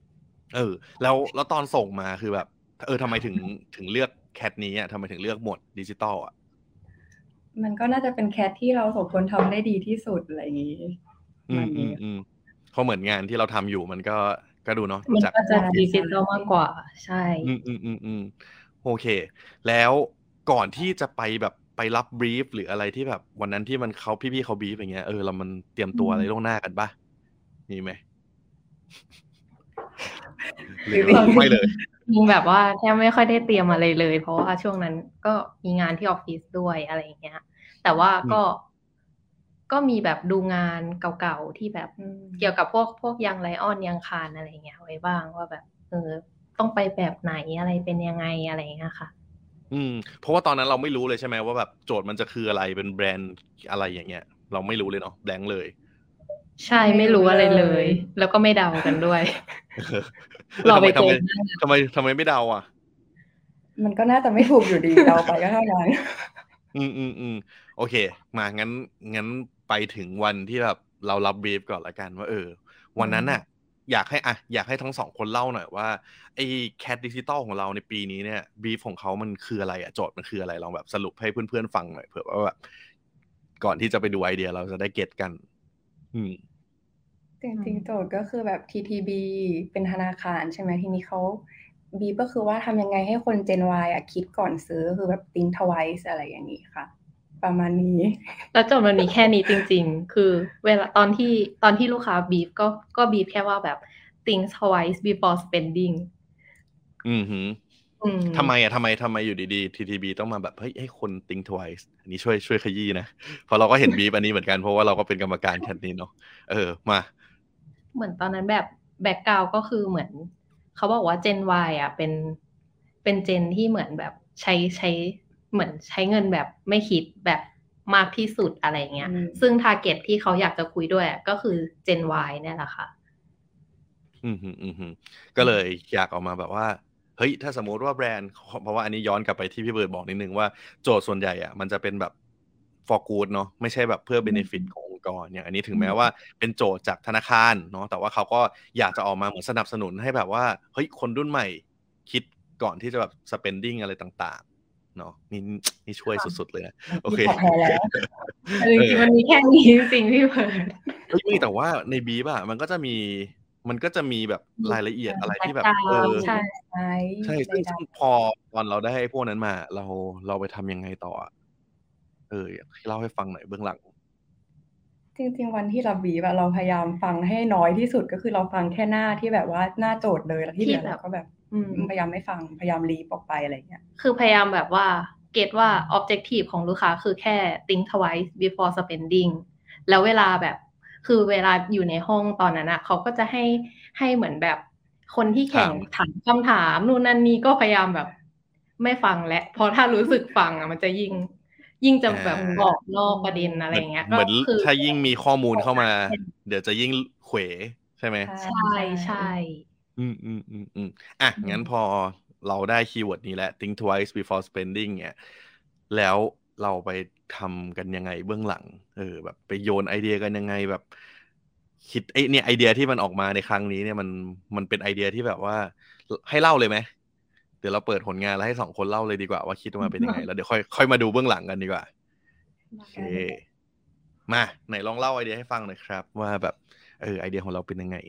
แล้วตอนส่งมาคือแบบทำไมถึงเลือกแคทนี้อ่ะทำไมถึงเลือกโหมดดิจิตอลอ่ะมันก็น่าจะเป็นแคทที่เราสองคนทำได้ดีที่สุดอะไรอย่างนี้มันนี้เพราะเหมือนงานที่เราทำอยู่มันก็ดูเนาะมันจากก็จะดิจิตอลมากกว่าใช่โอเคแล้วก่อนที่จะไปรับบรีฟหรืออะไรที่แบบวันนั้นที่มันพี่เขาบรีฟอย่างเงี้ยเรามันเตรียมตัวอะไรล่วงหน้ากันป่ะมีไหมหรือไม่เลยจริงแบบว่าแทบไม่ค่อยได้เตรียมอะไรเลยเพราะว่าช่วงนั้นก็มีงานที่ออฟฟิศด้วยอะไรอย่างเงี้ยแต่ว่าก็มีแบบดูงานเก่าๆที่แบบเกี่ยวกับพวกยังไลออนยังคานอะไรเงี้ยไว้บ้างว่าแบบต้องไปแบบไหนอะไรเป็นยังไงอะไรเงี้ยค่ะเพราะว่าตอนนั้นเราไม่รู้เลยใช่ไหมว่าแบบโจทย์มันจะคืออะไรเป็นแบรนด์อะไรอย่างเงี้ยเราไม่รู้เลยเนาะแบงค์เลยใช่ไม่รู้อะไรเลยแล้วก็ไม่เดากันด้วยเราไปเจอทำไมไม่เดาอ่ะมันก็น่าจะไม่ถูกอยู่ดีเดาไปก็เท่านั้นโอเคมางั้นไปถึงวันที่แบบเรารับบรีฟก่อนละกันว่าวันนั้นน่ะอยากให้ทั้งสองคนเล่าหน่อยว่าไอ้แคทดิจิตอลของเราในปีนี้เนี่ยบรีฟของเขามันคืออะไรอ่ะโจทย์มันคืออะไรลองแบบสรุปให้เพื่อนๆฟังหน่อยเผื่อว่าแบบก่อนที่จะไปดูไอเดียเราจะได้เก็ตกันจริงๆโจทย์ก็คือแบบ TTB เป็นธนาคารใช่ไหมทีนี้เขาบีก็คือว่าทำยังไงให้คน Gen Y คิดก่อนซื้อคือแบบ think twice อะไรอย่างนี้ค่ะประมาณนี้แล้วโจทย์มันมีแค่นี้จริงๆคือเวลาตอนที่ลูกค้าบีฟก็บีฟแค่ว่าแบบ think twice before spending ทำไมอยู่ดีๆ TTB ต้องมาแบบเฮ้ยให้คน think twice อันนี้ช่วยขยี้นะเพราะเราก็เห็นบีฟอันนี้เหมือนกันเพราะว่าเราก็เป็นกรรมการแคทนี้เนาะมาเหมือนตอนนั้นแบบแบ็คกราวด์ก็คือเหมือนเขาบอกว่า Gen Y เป็นเจนที่เหมือนแบบใช้เหมือนใช้เงินแบบไม่คิดแบบมากที่สุดอะไรเงี้ยซึ่งทาร์เก็ตที่เขาอยากจะคุยด้วยก็คือ Gen Y เนี่ยแหละค่ะก็เลยอยากออกมาแบบว่าเฮ้ยถ้าสมมติว่าแบรนด์เพราะว่าอันนี้ย้อนกลับไปที่พี่เบิร์ดบอกนิดนึงว่าโจทย์ส่วนใหญ่อ่ะมันจะเป็นแบบ for good เนาะไม่ใช่แบบเพื่อ benefit ขององค์กรอย่างอันนี้ถึงแม้ว่าเป็นโจทย์จากธนาคารเนาะแต่ว่าเขาก็อยากจะออกมาเหมือนสนับสนุนให้แบบว่าเฮ้ยคนรุ่นใหม่คิดก่อนที่จะแบบ spending อะไรต่างๆเนาะนี่ช่วยสุดๆเลยนะโอเคจริงๆมันมีแค่นี้จริงพี่เบิร์ดไม่แต่ว่าในบีฟอ่ะมันก็จะมีแบบรายละเอียดอะไรที่แบบใช่ซึ่งพอตอนเราได้พวกนั้นมาเราไปทำยังไงต่อเล่าให้ฟังหน่อยเบื้องหลังจริงๆวันที่เราบีบเราพยายามฟังให้น้อยที่สุดก็คือเราฟังแค่หน้าที่แบบว่าหน้าโจทย์เลยแล้วที่เหลือเราก็แบบพยายามไม่ฟังพยายามลีฟออกไปอะไรเงี้ยคือพยายามแบบว่าเก็ตว่า objective ของลูกค้าคือแค่ think twice before spending แล้วเวลาแบบคือเวลาอยู่ในห้องตอนนั้นเขาก็จะให้เหมือนแบบคนที่แข่งถามคำถามนู่นนั่นนี่ก็พยายามแบบไม่ฟังและเพราะถ้ารู้สึกฟังมันจะยิ่งจะแบบออกนอกประเด็นอะไรเงี้ยเหมือนถ้ายิ่งมีข้อมูลเข้ามาเดี๋ยวจะยิ่งเขวใช่ไหมใช่งั้นพอเราได้คีย์เวิร์ดนี้แหละ think twice before spending เนี่ยแล้วเราไปทำกันยังไงเบื้องหลังแบบไปโยนไอเดียกันยังไงแบบคิดเนี่ยไอเดียที่มันออกมาในครั้งนี้เนี่ยมันเป็นไอเดียที่แบบว่าให้เล่าเลยไหมเดี๋ยวเราเปิดผลงานแล้วให้สองคนเล่าเลยดีกว่าว่าคิดมาเป็นยังไงแล้วเดี๋ยวค่อยมาดูเบื้องหลังกันดีกว่าโอเคมาไหนลองเล่าไอเดียให้ฟังหน่อยครับว่าแบบไอเดียของเราเป็นยังไง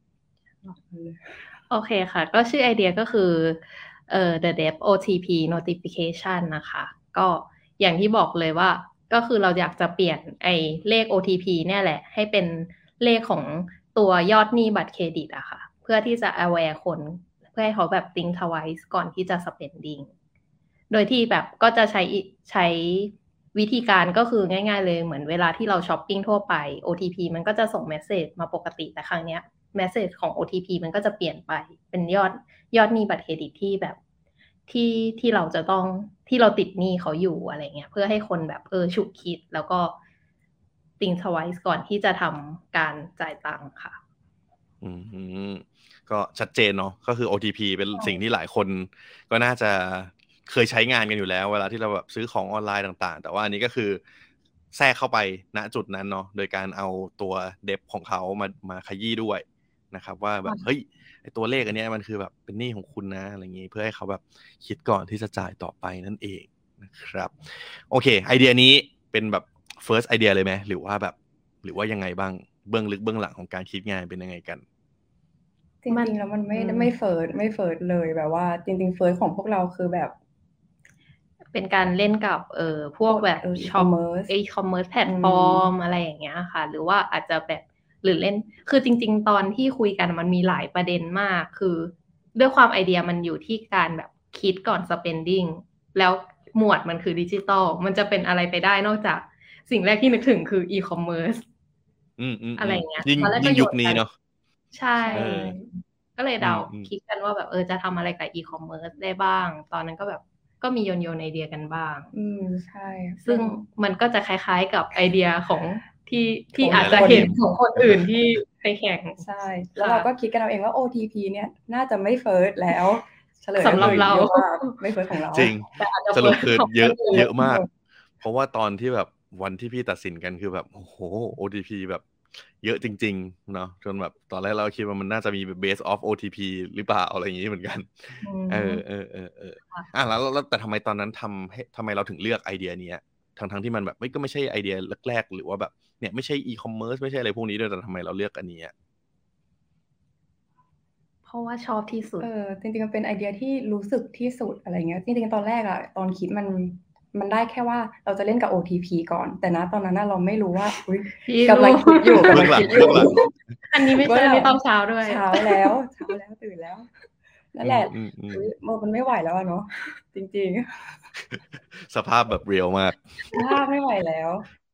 โอเคค่ะก็ชื่อไอเดียก็คือthe dev OTP notification นะคะก็อย่างที่บอกเลยว่าก็คือเราอยากจะเปลี่ยนไอ้เลข OTP เนี่ยแหละให้เป็นเลขของตัวยอดหนี้บัตรเครดิตอะค่ะเพื่อที่จะ aware คนเพื่อให้เขาแบบ think twice ก่อนที่จะ spending โดยที่แบบก็จะใช้วิธีการก็คือง่ายๆเลยเหมือนเวลาที่เราช้อปปิ้งทั่วไป OTP มันก็จะส่งเมสเสจมาปกติแต่ครั้งเนี้ยเมสเสจของ OTP มันก็จะเปลี่ยนไปเป็นยอดหนี้บัตรเครดิตที่แบบที่เราจะต้องที่เราติดหนี้เขาอยู่อะไรเงี้ยเพื่อให้คนแบบฉุกคิดแล้วก็think twice ก่อนที่จะทำการจ่ายตังค์ค่ะก็ชัดเจนเนาะก็คือ OTP เป็นสิ่งที่หลายคนก็น่าจะเคยใช้งานกันอยู่แล้วเวลาที่เราแบบซื้อของออนไลน์ต่างๆแต่ว่าอันนี้ก็คือแทรกเข้าไปณจุดนั้นเนาะโดยการเอาตัวเดฟของเขามาขยี้ด้วยนะครับว่าแบบเฮ้ยไอ้ตัวเลขอันเนี้ยมันคือแบบเป็นหนี้ของคุณนะอะไรอย่างงี้เพื่อให้เขาแบบคิดก่อนที่จะจ่ายต่อไปนั่นเองนะครับโอเคไอเดียนี้เป็นแบบ first idea เลยไหมหรือว่ายังไงบ้างเบื้องลึกเบื้องหลังของการคิดงานเป็นยังไงกันจริงๆแล้วมันไม่เฟิร์สเลยแบบว่าจริงๆเฟิร์สของพวกเราคือแบบเป็นการเล่นกับพวกแบบช็อปe-commerce แพลตฟอร์มอะไรอย่างเงี้ยค่ะหรือว่าอาจจะแบบหรือเล่นคือจริงๆตอนที่คุยกันมันมีหลายประเด็นมากคือด้วยความไอเดียมันอยู่ที่การแบบคิดก่อน spending แล้วหมวดมันคือดิจิตอลมันจะเป็นอะไรไปได้นอกจากสิ่งแรกที่นึกถึงคือ e-commerce อะไรอย่างเงี้ยตอนแรกก็ยุคนี้เนาะใช่ก็เลยเดาคิดกันว่าแบบจะทำอะไรกับ e-commerce ได้บ้างตอนนั้นก็แบบก็มีโยนไอเดียกันบ้างใช่ซึ่งมันก็จะคล้ายๆกับไอเดียของที่อาจจะเห็นของคนอื่นที่ไปแข่งใช่แล้วเราก็คิดกันเอาเองว่า OTP เนี่ยน่าจะไม่เฟิร์สแล้วเฉลยสำหรับเราไม่เฟิร์สของเราจริงสรุปคือเยอะมากเพราะว่าตอนที่แบบวันที่พี่ตัดสินกันคือแบบโอ้โห OTP แบบเยอะจริงๆเนาะจนแบบตอนแรกเราคิดว่ามันน่าจะมี base of OTP หรือเปล่าอะไรอย่างนี้เหมือนกันแล้วแต่ทำไมตอนนั้นทำไมเราถึงเลือกไอเดียนี้ทั้งที่มันแบบก็ไม่ใช่ไอเดียแรกๆหรือว่าแบบเนี่ยไม่ใช่ e-commerce ไม่ใช่อะไรพวกนี้ด้วยแต่ทำไมเราเลือกอันนี้เพราะว่าชอบที่สุดจริงๆมันเป็นไอเดียที่รู้สึกที่สุดอะไรเงี้ยจริงๆตอนแรกอะตอนคิดมันได้แค่ว่าเราจะเล่นกับ OTP ก่อนแต่นะตอนนั้นเราไม่รู้ว่ากำลังคิดอยู่อันนี้ไม่ใช่ไม่ต้องเช้าด้วยเช้าแล้วตื่นแล้วนั่นแหละมันไม่ไหวแล้วเนาะจริงๆสภาพแบบเรียลมากสภาพไม่ไหวแล้ว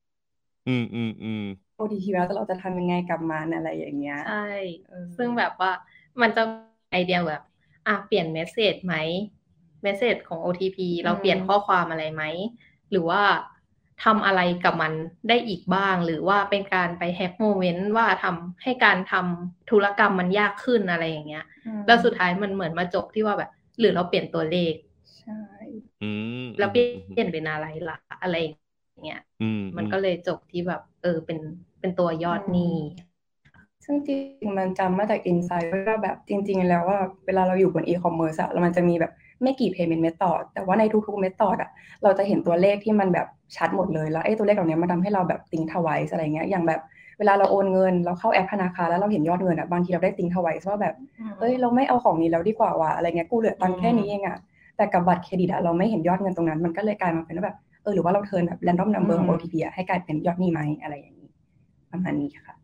OTP แล้วเราจะทำยังไงกับมันอะไรอย่างเงี้ยใช่ซึ่งแบบว่ามันจะไอเดียแบบเปลี่ยนเมสเสจไหมเมสเสจของ OTP เราเปลี่ยนข้อความอะไรไหมหรือว่าทำอะไรกับมันได้อีกบ้างหรือว่าเป็นการไปแฮปโมเมนต์ว่าทำให้การทำธุรกรรมมันยากขึ้นอะไรอย่างเงี้ยแล้วสุดท้ายมันเหมือนมาจบที่ว่าแบบหรือเราเปลี่ยนตัวเลขใช่แล้วเปลี่ยนเป็นอะไรล่ะอะไรอย่างเงี้ยมันก็เลยจบที่แบบเป็นตัวยอดหนี้ซึ่งจริงมันจำมาจาก Insight ว่าแบบจริงๆแล้วว่าเวลาเราอยู่บน e-commerce อะแล้วมันจะมีแบบไม่กี่ payment method แต่ว่าในทุกๆ method อะเราจะเห็นตัวเลขที่มันแบบชัดหมดเลยแล้วไอ้ตัวเลขเหล่านี้มันทำให้เราแบบ think twice อะไรเงี้ยอย่างแบบเวลาเราโอนเงินเราเข้าแอปธนาคารแล้วเราเห็นยอดเงินอะบางทีเราได้ think twice ว่าแบบเราไม่เอาของนี้แล้วดีกว่าว่ะอะไรเงี้ยกูเหลือตังค์แค่นี้เองอะแต่กับบัตรเครดิตอะเราไม่เห็นยอดเงินตรงนั้นมันก็เลยกลายมาเป็นแบบหรือว่าเราเทิร์นแบบ random number ของ OTP อะให้กลายเป็นยอดหนี้ไหมอะไรอย่างนี้ประมาณนี้ค่ะ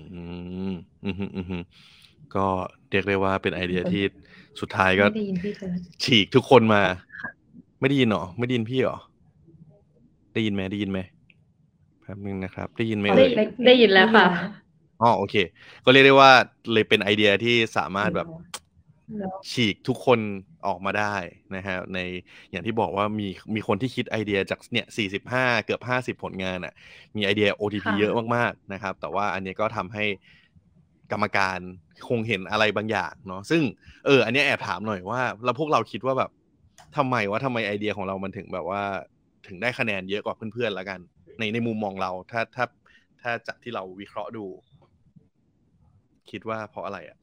ก็เรียกได้ว่าเป็นไอเดียที่สุดท้ายก็ฉีกทุกคนมาไม่ได้ยินหรอไม่ได้ยินพี่หรอได้ยินไหมแป๊บนึงนะครับได้ยินไหมได้ยินแล้วค่ะโอเคก็เรียกได้ว่าเลยเป็นไอเดียที่สามารถแบบฉีกทุกคนออกมาได้นะฮะในอย่างที่บอกว่ามีคนที่คิดไอเดียจากเนี่ย45เกือบ50ผลงานอ่ะมีไอเดีย OTP เยอะมากๆนะครับแต่ว่าอันนี้ก็ทำให้กรรมการคงเห็นอะไรบางอย่างเนาะซึ่งอันนี้แอบถามหน่อยว่าแล้วพวกเราคิดว่าแบบทำไมไอเดียของเรามันถึงแบบว่าถึงได้คะแนนเยอะกว่าเพื่อนๆแล้วกันในมุมมองเราถ้าจากที่เราวิเคราะห์ดูคิดว่าเพราะอะไรอ่ะ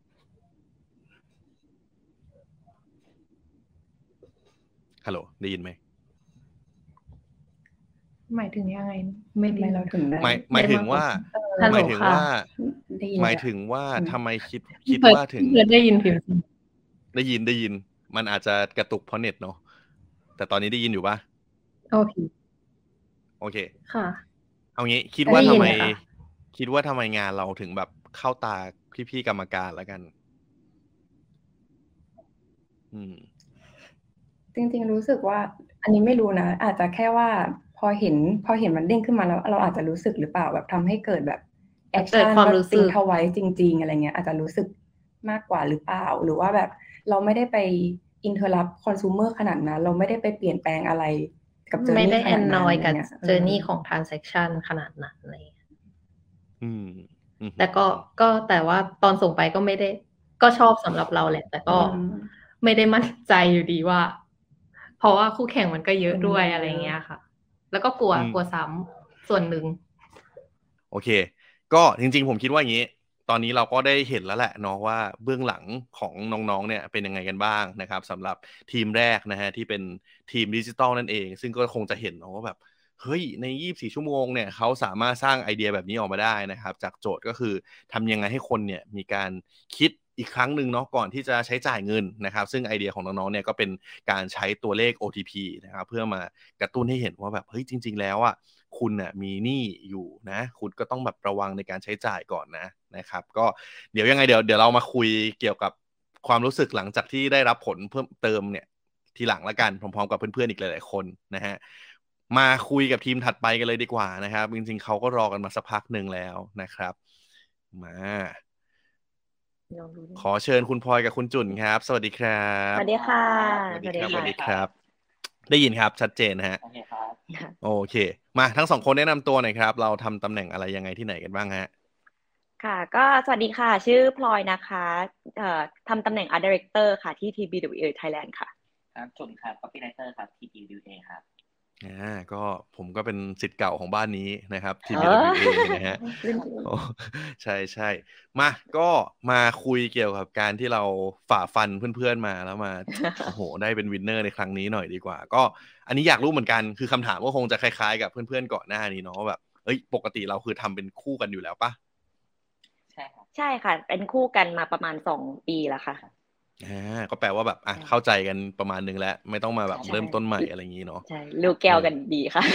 ฮัลโหลได้ยินไหมหมายถึงยังไงไม่เราถึงได้หมายถึงว่าทำไมคิดว่าถึงได้ยินผิวได้ยินมันอาจจะกระตุกเพราะเน็ตเนาะแต่ตอนนี้ได้ยินอยู่ปะโอเคค่ะเอางี้คิดว่าทำไมงานเราถึงแบบเข้าตาพี่ๆกรรมการแล้วกันจริงๆรู้สึกว่าอันนี้ไม่รู้นะอาจจะแค่ว่าพอเห็นมันเด้งขึ้นมาแล้วเราอาจจะรู้สึกหรือเปล่าแบบทำให้เกิดแบบแอคชั่นความรู้สึกไว้จริงๆอะไรเงี้ยอาจจะรู้สึกมากกว่าหรือเปล่าหรือว่าแบบเราไม่ได้ไปอินเทอร์รับคอน sumer ขนาดนั้นเราไม่ได้ไปเปลี่ยนแปลงอะไรกับเจอร์นี่ขนาดนั้นไม่ได้แอนนอยกับเจอร์นี่ของ transaction ขนาดนั้นอะไรแต่ก็แต่ว่าตอนส่งไปก็ไม่ได้ก็ชอบสำหรับเราแหละแต่ก็ไม่ได้มั่นใจอยู่ดีว่าเพราะว่าคู่แข่งมันก็เยอะด้วยอะไรเงี้ยค่ะแล้วก็กลัวซ้ำส่วนหนึ่งโอเคก็จริงๆผมคิดว่าอย่างนี้ตอนนี้เราก็ได้เห็นแล้วแหละเนาะว่าเบื้องหลังของน้องๆเนี่ยเป็นยังไงกันบ้างนะครับสำหรับทีมแรกนะฮะที่เป็นทีมดิจิตอลนั่นเองซึ่งก็คงจะเห็นเนาะว่าแบบเฮ้ยใน24ชั่วโมงเนี่ยเขาสามารถสร้างไอเดียแบบนี้ออกมาได้นะครับจากโจทย์ก็คือทำยังไงให้คนเนี่ยมีการคิดอีกครั้งหนึ่งเนาะก่อนที่จะใช้จ่ายเงินนะครับซึ่งไอเดียของน้องๆเนี่ยก็เป็นการใช้ตัวเลข OTP นะครับเพื่อมากระตุ้นให้เห็นว่าแบบเฮ้ยจริงๆแล้วอ่ะคุณน่ะมีหนี้อยู่นะคุณก็ต้องแบบระวังในการใช้จ่ายก่อนนะครับก็เดี๋ยวยังไงเดี๋ยวเรามาคุยเกี่ยวกับความรู้สึกหลังจากที่ได้รับผลเพิ่มเติมเนี่ยทีหลังละกันพร้อมๆกับเพื่อนๆอีกหลายๆคนนะฮะมาคุยกับทีมถัดไปกันเลยดีกว่านะครับจริงๆเขาก็รอกันมาสักพักหนึ่งแล้วนะครับมาขอเชิญคุณพลอยกับคุณจุ่นครับสวัสดีครับสวัสดีค่ะสวัสดีครับได้ยินครับชัดเจนฮะโอเคครับโอเคมาทั้งสองคนแนะนำตัวหน่อยครับเราทำตำแหน่งอะไรยังไงที่ไหนกันบ้างฮะค่ะก็สวัสดีค่ะชื่อพลอยนะคะทำตำแหน่ง Art Director ค่ะที่ TBWA Thailand ค่ะครับจุนครับ Copywriter ครับ TBWA ครับก็ผมก็เป็นศิษย์เก่าของบ้านนี้นะครับ TBWA นะฮะใช่มาก็มาคุยเกี่ยวกับการที่เราฝ่าฟันเพื่อนๆมาแล้วมาโอ้โหได้เป็นวินเนอร์ในครั้งนี้หน่อยดีกว่าก็อันนี้อยากรู้เหมือนกันคือคำถามก็คงจะคล้ายๆกับเพื่อนๆก่อนหน้านี้เนาะแบบปกติเราคือทำเป็นคู่กันอยู่แล้วปะใช่ค่ะเป็นคู่กันมาประมาณ2 ปีแล้วค่ะก็แปลว่าแบบเข้าใจกันประมาณนึงแล้วไม่ต้องมาแบบเริ่มต้นใหม่อะไรอย่างนี้เนาะใช่ลูกแก้วกันดีค่ะ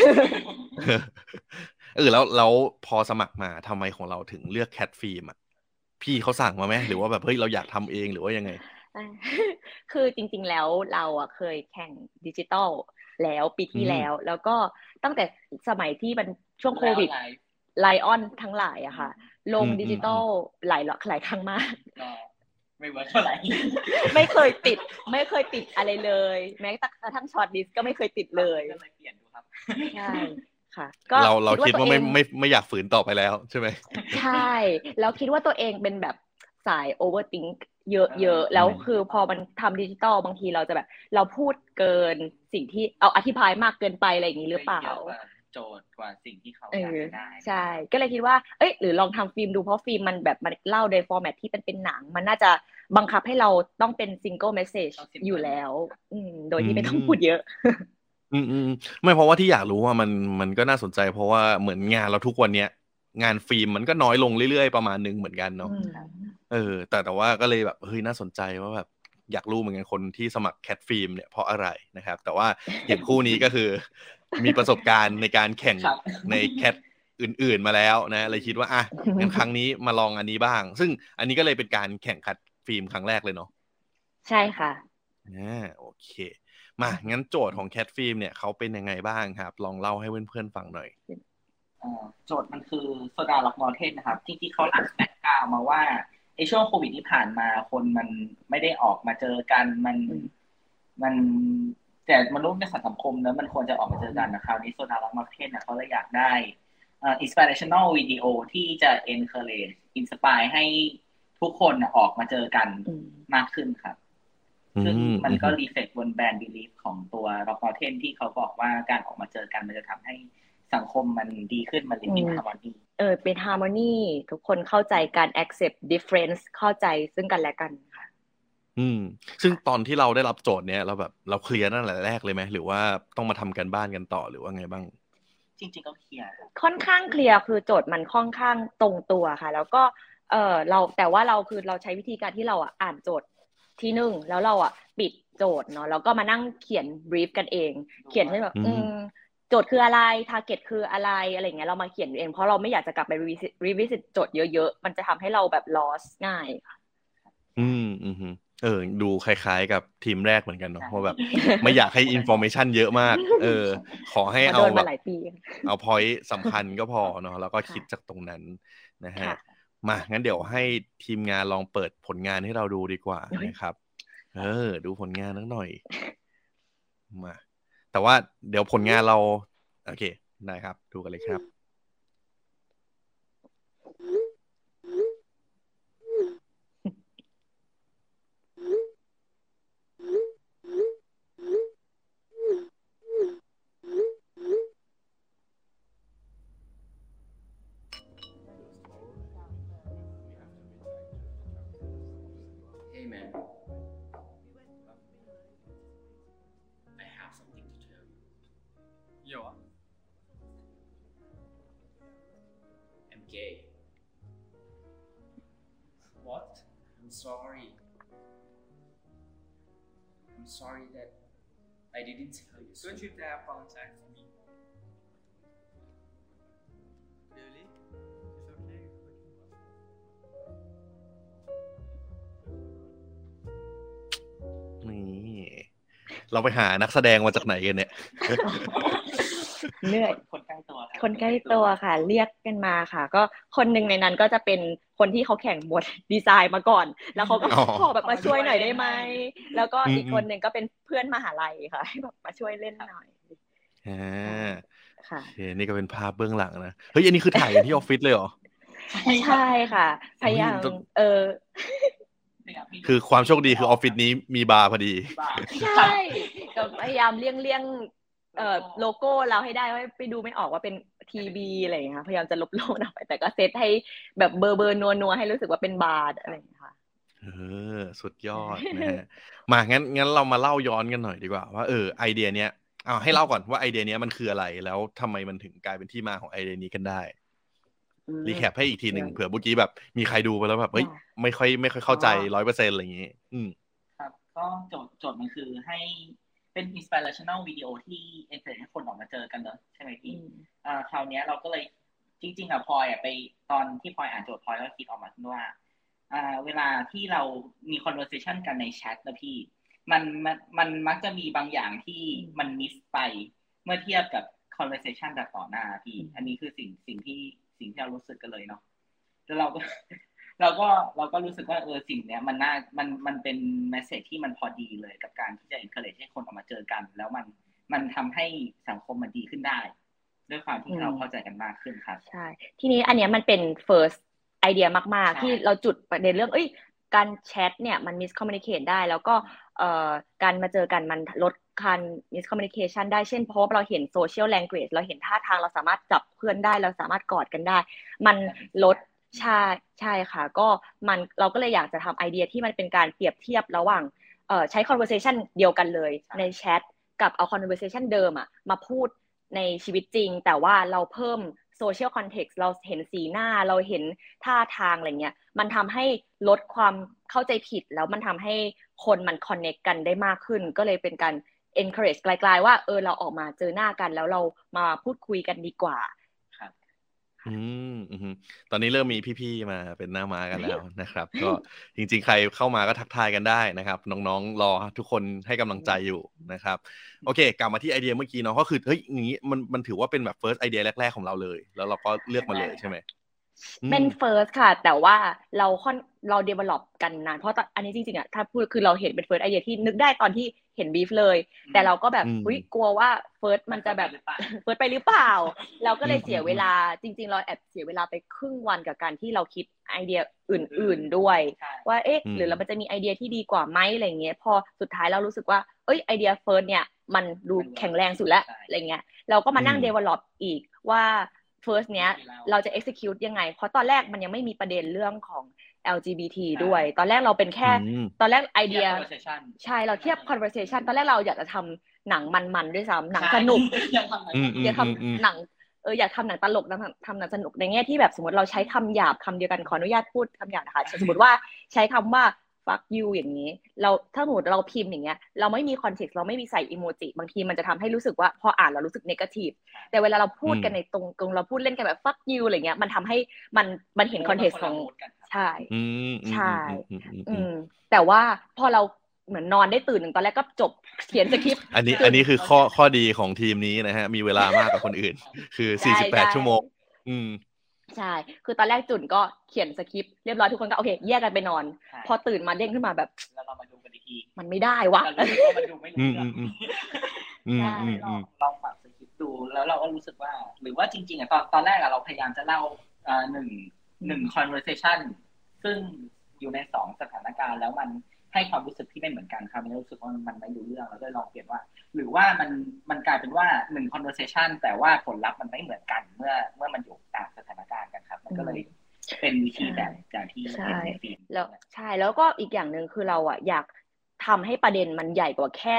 แล้วพอสมัครมาทำไมของเราถึงเลือกแคทฟิล์มอ่ะพี่เขาสั่งมาไหมหรือว่าแบบเฮ้ยเราอยากทำเองหรือว่ายังไงคือจริงๆแล้วเราเคยแข่งดิจิตอลแล้วปีที่แล้วก็ตั้งแต่สมัยที่มันช่วงโควิดไลออนทั้งหลายอะค่ะลงดิจิตอลหลายครั้งมากไม่เวิร์คเท่าไหร่ไม่เคยติดอะไรเลยแม้กระทั่งช็อตลิสต์ก็ไม่เคยติดเลยก็เลยเปลี่ยนดูครับใช่ค่ะก็เราคิดว่าไม่อยากฝืนต่อไปแล้วใช่ไหมใช่แล้วคิดว่าตัวเองเป็นแบบสาย overthink เยอะๆแล้วคือพอมันทำดิจิตอลบางทีเราจะแบบเราพูดเกินสิ่งที่เอาอธิบายมากเกินไปอะไรอย่างนี้หรือเปล่าโจทย์กว่าสิ่งที่เขาอยากได้ใช่ก็เลยคิดว่าหรือลองทำฟิล์มดูเพราะฟิล์มมันแบบมันเล่าในฟอร์แมตที่เป็นหนังมันน่าจะบังคับให้เราต้องเป็นซิงเกิลเมสเซจอยู่แล้วโดยที่ไม่ต้องพูดเยอะไม่เพราะว่าที่อยากรู้ว่ามันก็น่าสนใจเพราะว่าเหมือนงานเราทุกวันเนี้ยงานฟิล์มมันก็น้อยลงเรื่อยๆประมาณนึงเหมือนกันเนาะแต่ว่าก็เลยแบบเฮ้ยน่าสนใจว่าแบบอยากรู้เหมือนกันคนที่สมัครแคทฟิล์มเนี่ยเพราะอะไรนะครับแต่ว่าเห็นคู่นี้ก็คือมีประสบการณ์ในการแข่งในแคทอื่นๆมาแล้วนะเลยคิดว่างั้นครั้งนี้มาลองอันนี้บ้างซึ่งอันนี้ก็เลยเป็นการแข่งขันฟิล์มครั้งแรกเลยเนาะใช่ค่ะโอเคมางั้นโจทย์ของแคทฟิล์มเนี่ยเขาเป็นยังไงบ้างครับลองเล่าให้เพื่อนๆฟังหน่อยโจทย์มันคือโซดาล็อกมอลเทนนะครับจริงๆเขาหลักแบ็กกราวมาว่าในช่วงโควิดที่ผ่านมาคนมันไม่ได้ออกมาเจอกันมันแต่มนุษย์ในสังคมแล้วมันควรจะออกมาเจอกันนะคราวนี้โซดาล็อกมอลเทนเขาเลยอยากได้inspirational video ที่จะ encourage inspire ให้ทุกคนออกมาเจอกันมากขึ้นครับซึ่งมันก็รีเฟล็กบนแบรนด์บิลีฟของตัวล็อกมอลเทนที่เขาบอกว่าการออกมาเจอกันมันจะทำให้สังคมมันดีขึ้นมันเป็นฮาร์โมนีเป็นฮาร์โมนีทุกคนเข้าใจการ accept difference เข้าใจซึ่งกันและกันค่ะซึ่งตอนที่เราได้รับโจทย์เนี้ยเราเคลียร์ตั้งแต่แรกเลยไหมหรือว่าต้องมาทำกันบ้านกันต่อหรือว่าไงบ้างจริงๆก็เคลียร์ค่อนข้างเคลียร์คือโจทย์มันค่อนข้างตรงตัวค่ะแล้วก็แต่ว่าเราใช้วิธีการที่เราอ่านโจทย์ที่หนึ่งแล้วเราปิดโจทย์เนาะแล้วก็มานั่งเขียนบรีฟกันเองเขียนให้แบบโจทย์คืออะไรทาร์เก็ตคืออะไรอะไรเงี้ยเรามาเขียนเองเพราะเราไม่อยากจะกลับไปรีวิสิตโจทย์เยอะๆมันจะทำให้เราแบบ loss ง่ายค่ะดูคล้ายๆกับทีมแรกเหมือนกันเนาะเพราะแบบไม่อยากให้อินฟอร์เมชันเยอะมากขอให้เอาแบบเอาพอยต์สำคัญก็พอเนาะแล้วก็คิดจากตรงนั้นนะฮะมางั้นเดี๋ยวให้ทีมงานลองเปิดผลงานให้เราดูดีกว่านะครับดูผลงานนิดหน่อยมาแต่ว่าเดี๋ยวผลงานเราโอเคได้ครับดูกันเลยครับ有啊 I'm gay What I'm sorry that I didn't tell you Don't you dare apologize to me Really It's okay นี่เราไปหานักแสดงมาจากไหนกันเนี่ยเลือกคนใกล้ตัวครับคนใกล้ตัวค่ะ เรียกกันมาค่ะ ก็คนหนึ่งในนั้นก็จะเป็นคนที่เขาแข่งบทดีไซน์มาก่อน แล้วเขาก็ขอแบบมาช่วยหน่อยได้ไหมแล้วก็อีกคนหนึ่งก็เป็นเพื่อนมหาลัยค่ะให้แบบมาช่วยเล่นหน่อยค่ะนี่ก็เป็นภาพเบื้องหลังนะเฮ้ยอันนี้คือถ่ายกันที่ออฟฟิศเลยเหรอใช่ค่ะพยายามคือความโชคดีคือออฟฟิศนี้มีบาร์พอดีใช่ก็พยายามเลี่ยงโลโก้เราให้ได้ว่าไปดูไม่ออกว่าเป็นทีบีอะไรอย่างเงี้ยพยายามจะลบโลกออกไปแต่ก็เซตให้แบบเบอร์นัวให้รู้สึกว่าเป็นบาร์อะไรอย่างเงี้ยค่ะสุดยอดนะฮะมางั้นเรามาเล่าย้อนกันหน่อยดีกว่าว่าไอเดียเนี้ยให้เล่าก่อนว่าไอเดียเนี้ยมันคืออะไรแล้วทำไมมันถึงกลายเป็นที่มาของไอเดียนี้กันได้รีแคปให้อีกทีนึงเผื่อเมื่อกี้แบบมีใครดูไปแล้วแบบเฮ้ยไม่ค่อยเข้าใจ 100% อะไรอย่างงี้ครับก็โจทย์มันคือให้เป็น inspirational video ที่ encourage ให้คนออกมาเจอกันเนอะใช่ไหมพี่คราวนี้เราก็เลยจริงๆพลอยไปตอนที่พลอยอ่านโจทย์พลอยก็คิดออกมาว่าเวลาที่เรามี conversation กันในแชทนะพี่มันมักจะมีบางอย่างที่มันมิสไปเมื่อเทียบกับ conversation แบบต่อหน้าพี่อันนี้คือสิ่งที่เรารู้สึกกันเลยเนาะแล้วเราก็รู้สึกว่าสิ่งเนี้ยมันเป็นเมสเสจที่มันพอดีเลยกับการที่จะ encourage ให้คนออกมาเจอกันแล้วมันทำให้สังคมมันดีขึ้นได้ด้วยความที่เราเข้าใจกันมากขึ้นครับใช่ทีนี้อันเนี้ยมันเป็น first idea มากๆที่เราจุดประเด็นเรื่องการแชทเนี่ยมัน miscommunicate ได้แล้วก็การมาเจอกันมันลดการ miscommunication ได้เช่นเพราะว่าเราเห็น social language เราเห็นท่าทางเราสามารถจับเพื่อนได้เราสามารถกอดกันได้มันลดใช่ค่ะก็เราก็เลยอยากจะทำไอเดียที่มันเป็นการเปรียบเทียบระหว่างใช้ conversation เดียวกันเลยในแชทกับเอา conversation เดิมมาพูดในชีวิตจริงแต่ว่าเราเพิ่ม social context เราเห็นสีหน้าเราเห็นท่าทางอะไรเงี้ยมันทำให้ลดความเข้าใจผิดแล้วมันทำให้คนมัน connect กันได้มากขึ้นก็เลยเป็นการ encourage ไกลๆว่าเราออกมาเจอหน้ากันแล้วเรามาพูดคุยกันดีกว่าตอนนี้เริ่มมีพี่ๆมาเป็นหน้าม้ากันแล้วนะครับก็จริงๆใครเข้ามาก็ทักทายกันได้นะครับน้องๆรอทุกคนให้กำลังใจอยู่นะครับโอเคกลับมาที่ไอเดียเมื่อกี้เนาะก็คือเฮ้ยอย่างนี้มันถือว่าเป็นแบบ first ไอเดียแรกๆของเราเลยแล้วเราก็เลือกมาเลยใช่ไหมเป็น first ค่ะแต่ว่าเรา develop กันนานเพราะอันนี้จริงๆถ้าพูดคือเราเห็นเป็น first ไอเดียที่นึกได้ตอนที่เห็น brief เลยแต่เราก็แบบกลัวว่า first มันจะแบบ first ไปหรือเปล่าเราก็เลยเสียเวลาจริงๆเราแอบเสียเวลาไปครึ่งวันกับการที่เราคิดไอเดียอื่นๆด้วยว่าหรือเราจะมีไอเดียที่ดีกว่าไหมอะไรเงี้ยพอสุดท้ายเรารู้สึกว่าไอเดีย first เนี่ยมันดูแข็งแรงสุดแล้วอะไรเงี้ยเราก็มานั่ง develop อีกว่าfirst เนี้ยเราจะ execute ยังไงเพราะตอนแรกมันยังไม่มีประเด็นเรื่องของ LGBT ด้วยตอนแรกเราเป็นแค่ตอนแรกไอเดียใช่เราเทียบ conversation ตอนแรกเราอยากจะทำหนังมันๆด้วยซ้ำหนังสนุกอยากทำหนังอยากทำหนังตลกทำหนังสนุกในแง่ที่แบบสมมติเราใช้คำหยาบคำเดียวกันขออนุญาตพูดคำหยาบนะคะสมมติว่าใช้คำว่าfuck you อย่างนี้ถ้าสมมติเราพิมพ์อย่างเงี้ยเราไม่มีคอนเท็กซ์เราไม่มีใส่อีโมจิบางทีมันจะทำให้รู้สึกว่าพออ่านเรารู้สึกเนกาทีฟแต่เวลาเราพูดกันในตรงเราพูดเล่นกันแบบ fuck you อะไรเงี้ยมันทำให้มันเห็นคอนเท็กซ์ของใช่ใช่แต่ว่าพอเราเหมือนนอนได้ตื่นหนึ่งตอนแรกก็จบเขียนสคริปต์อันนี้คือข้อดีของทีมนี้นะฮะมีเวลามากกว่าคนอื่นคือ48ชั่วโมงใช่คือตอนแรกจุนก็เขียนสคริปต์เรียบร้อยทุกคนก็โอเคแยกกันไปนอนพอตื่นมาเด้งขึ้นมาแบบแล้วเรามาดูกันอีกทีมันไม่ได้วะมันดูไม่รู้เรื่องใช่ลองปรับสคริปต์ดูแล้วเราก็รู้สึกว่าหรือว่าจริงๆตอนแรกเราพยายามจะเล่าหนึ่ง conversation ซึ่งอยู่ใน2สถานการณ์แล้วมันให้ความรู้สึกที่ไม่เหมือนกันครับมันรู้สึกว่ามันไม่รู้เรื่องเราก็ลองเปลี่ยนว่าหรือว่ามันกลายเป็นว่า1 conversation แต่ว่าผลลัพธ์มันไม่เหมือนกันเมื่อมันอยู่ต่างสถานการณ์กันครับมันก็เลยเป็นวิธีแบบอย่างที่เห็นในฟิล์มแล้วใช่แล้วก็อีกอย่างนึงคือเราอยากทำให้ประเด็นมันใหญ่กว่าแค่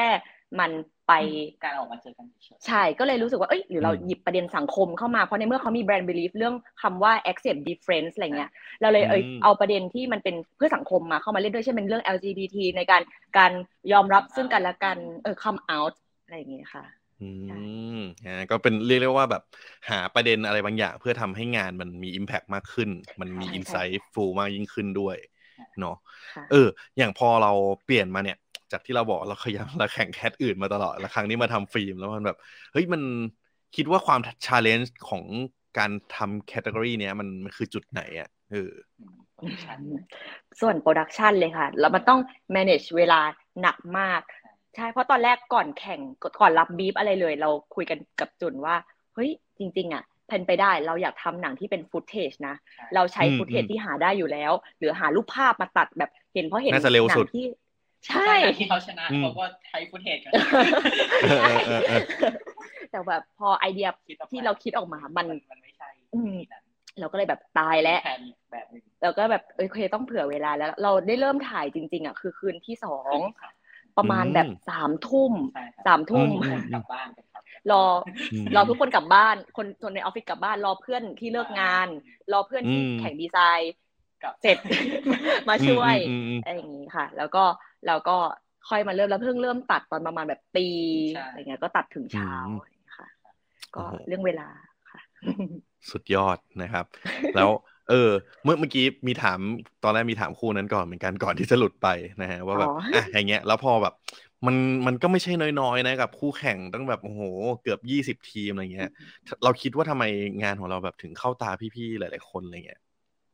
มันไปการออกมาเจอกันเฉยใช่ก็เลยรู้สึกว่าเอ้ยหรือเราหยิบประเด็นสังคมเข้ามาเพราะในเมื่อเขามี brand belief เรื่องคำว่า accept difference อะไรเงี้ยเราเลยเอาประเด็นที่มันเป็นเพื่อสังคมมาเข้ามาเล่นด้วยเช่นเป็นเรื่อง LGBT ในการยอมรับซึ่งกันและกันcome out อะไรอย่างเงี้ยค่ะก็เป็นเรียกว่าแบบหาประเด็นอะไรบางอย่างเพื่อทำให้งานมันมี impact มากขึ้นมันมี insightful มากยิ่งขึ้นด้วยเนาะอย่างพอเราเปลี่ยนมาเนี่ยจากที่เราบอกเราขยันเราแข่งแคทอื่นมาตลอดแล้วครั้งนี้มาทำฟิล์มแล้วมันแบบเฮ้ยมันคิดว่าความ challenge ของการทำแคตตากรีเนี้ยมันคือจุดไหนอ่ะส่วนโปรดักชันเลยค่ะแล้วมันต้อง manage เวลาหนักมากใช่เพราะตอนแรกก่อนแข่งก่อนรับบีฟอะไรเลยเราคุยกันกับจุนว่าเฮ้ยจริงๆอ่ะแพนไปได้เราอยากทำหนังที่เป็นฟุตเทจนะเราใช้ฟุตเทจที่หาได้อยู่แล้วหรือหารูปภาพมาตัดแบบเห็นเพราะเห็นหนังที่ใช่ที่เขาชนะเขาก็ใช้ฟุตเทจกันแต่แบบพอไอเดียที่เราคิดออกมามันไม่ใช่เราก็เลยแบบตายแล้วเราก็แบบโอเคต้องเผื่อเวลาแล้วเราได้เริ่มถ่ายจริงๆอ่ะคือคืนที่2ประมาณแบบ3 ทุ่มกลับบ้านกันครับรอทุกคนกลับบ้านคนในออฟฟิศกลับบ้านรอเพื่อนที่เลิกงานรอเพื่อนที่แข่งดีไซน์เสร็จมาช่วยอะไรอย่างนี้ค่ะแล้วก็เราก็ค่อยมาเริ่มแล้วเพิ่งเริ่มตัดตอนประมาณแบบตีอะไรเงี้ยก็ตัดถึงเช้าค่ะก็เรื่องเวลาค่ะสุดยอดนะครับแล้วเมื่อกี้มีถามตอนแรกมีถามคู่นั้นก่อนเหมือนกันก่อนที่จะหลุดไปนะฮะว่าแบบอย่างเงี้ยแล้วพอแบบมันก็ไม่ใช่น้อยๆนะกับคู่แข่งตั้งแบบโอ้โหเกือบ20 ทีมอะไรเงี้ยเราคิดว่าทำไมงานของเราแบบถึงเข้าตาพี่ๆหลายๆคนอะไรเงี้ย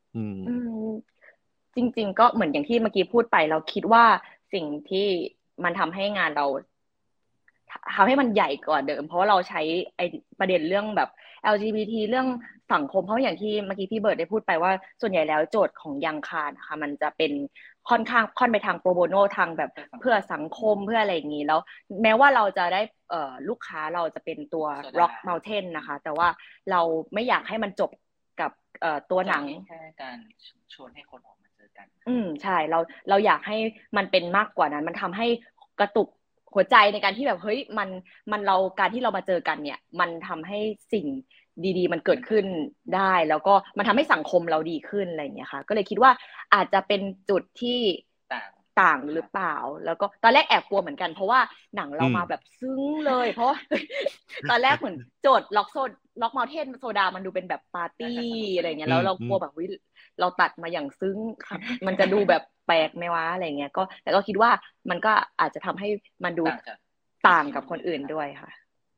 จริงๆก็เหมือนอย่างที่เมื่อกี้พูดไปเราคิดว่าสิ่งที่มันทำให้งานเราทำให้มันใหญ่กว่าเดิมเพราะว่าเราใช้ไอ้ประเด็นเรื่องแบบ LGBT เรื่องสังคมเพราะอย่างที่เมื่อกี้พี่เบิร์ดได้พูดไปว่าส่วนใหญ่แล้วโจทย์ของยังคานะคะมันจะเป็นค่อนไปทางโปรโบโนทางแบบเพื่อสังคมเพื่ออะไรอย่างนี้แล้วแม้ว่าเราจะได้ลูกค้าเราจะเป็นตัว Rock Mountain นะคะแต่ว่าเราไม่อยากให้มันจบกับตัวหนังแค่การชวนให้คนออกมาเจอกันใช่เราอยากให้มันเป็นมากกว่านั้นมันทำให้กระตุกหัวใจในการที่แบบเฮ้ยมันเราการที่เรามาเจอกันเนี่ยมันทำให้สิ่งดีๆมันเกิดขึ้นได้แล้วก็มันทำให้สังคมเราดีขึ้นอะไรอย่างเงี้ยค่ะก็เลยคิดว่าอาจจะเป็นจุดที่ต่างหรือเปล่าแล้วก็ตอนแรกแอบกลัวเหมือนกันเพราะว่าหนังเรามาแบบซึ้งเลยเพราะตอนแรกเหมือนโจทย์ล็อกเมาเทนโซดามันดูเป็นแบบปาร์ตี้อะไรเงี้ยแล้วเรากลัวแบบเราตัดมาอย่างซึ้งค่ะมันจะดูแบบแปลกไหมวะอะไรเงี้ยก็แต่ก็คิดว่ามันก็อาจจะทำให้มันดูต่างกับคนอื่นด้วยค่ะ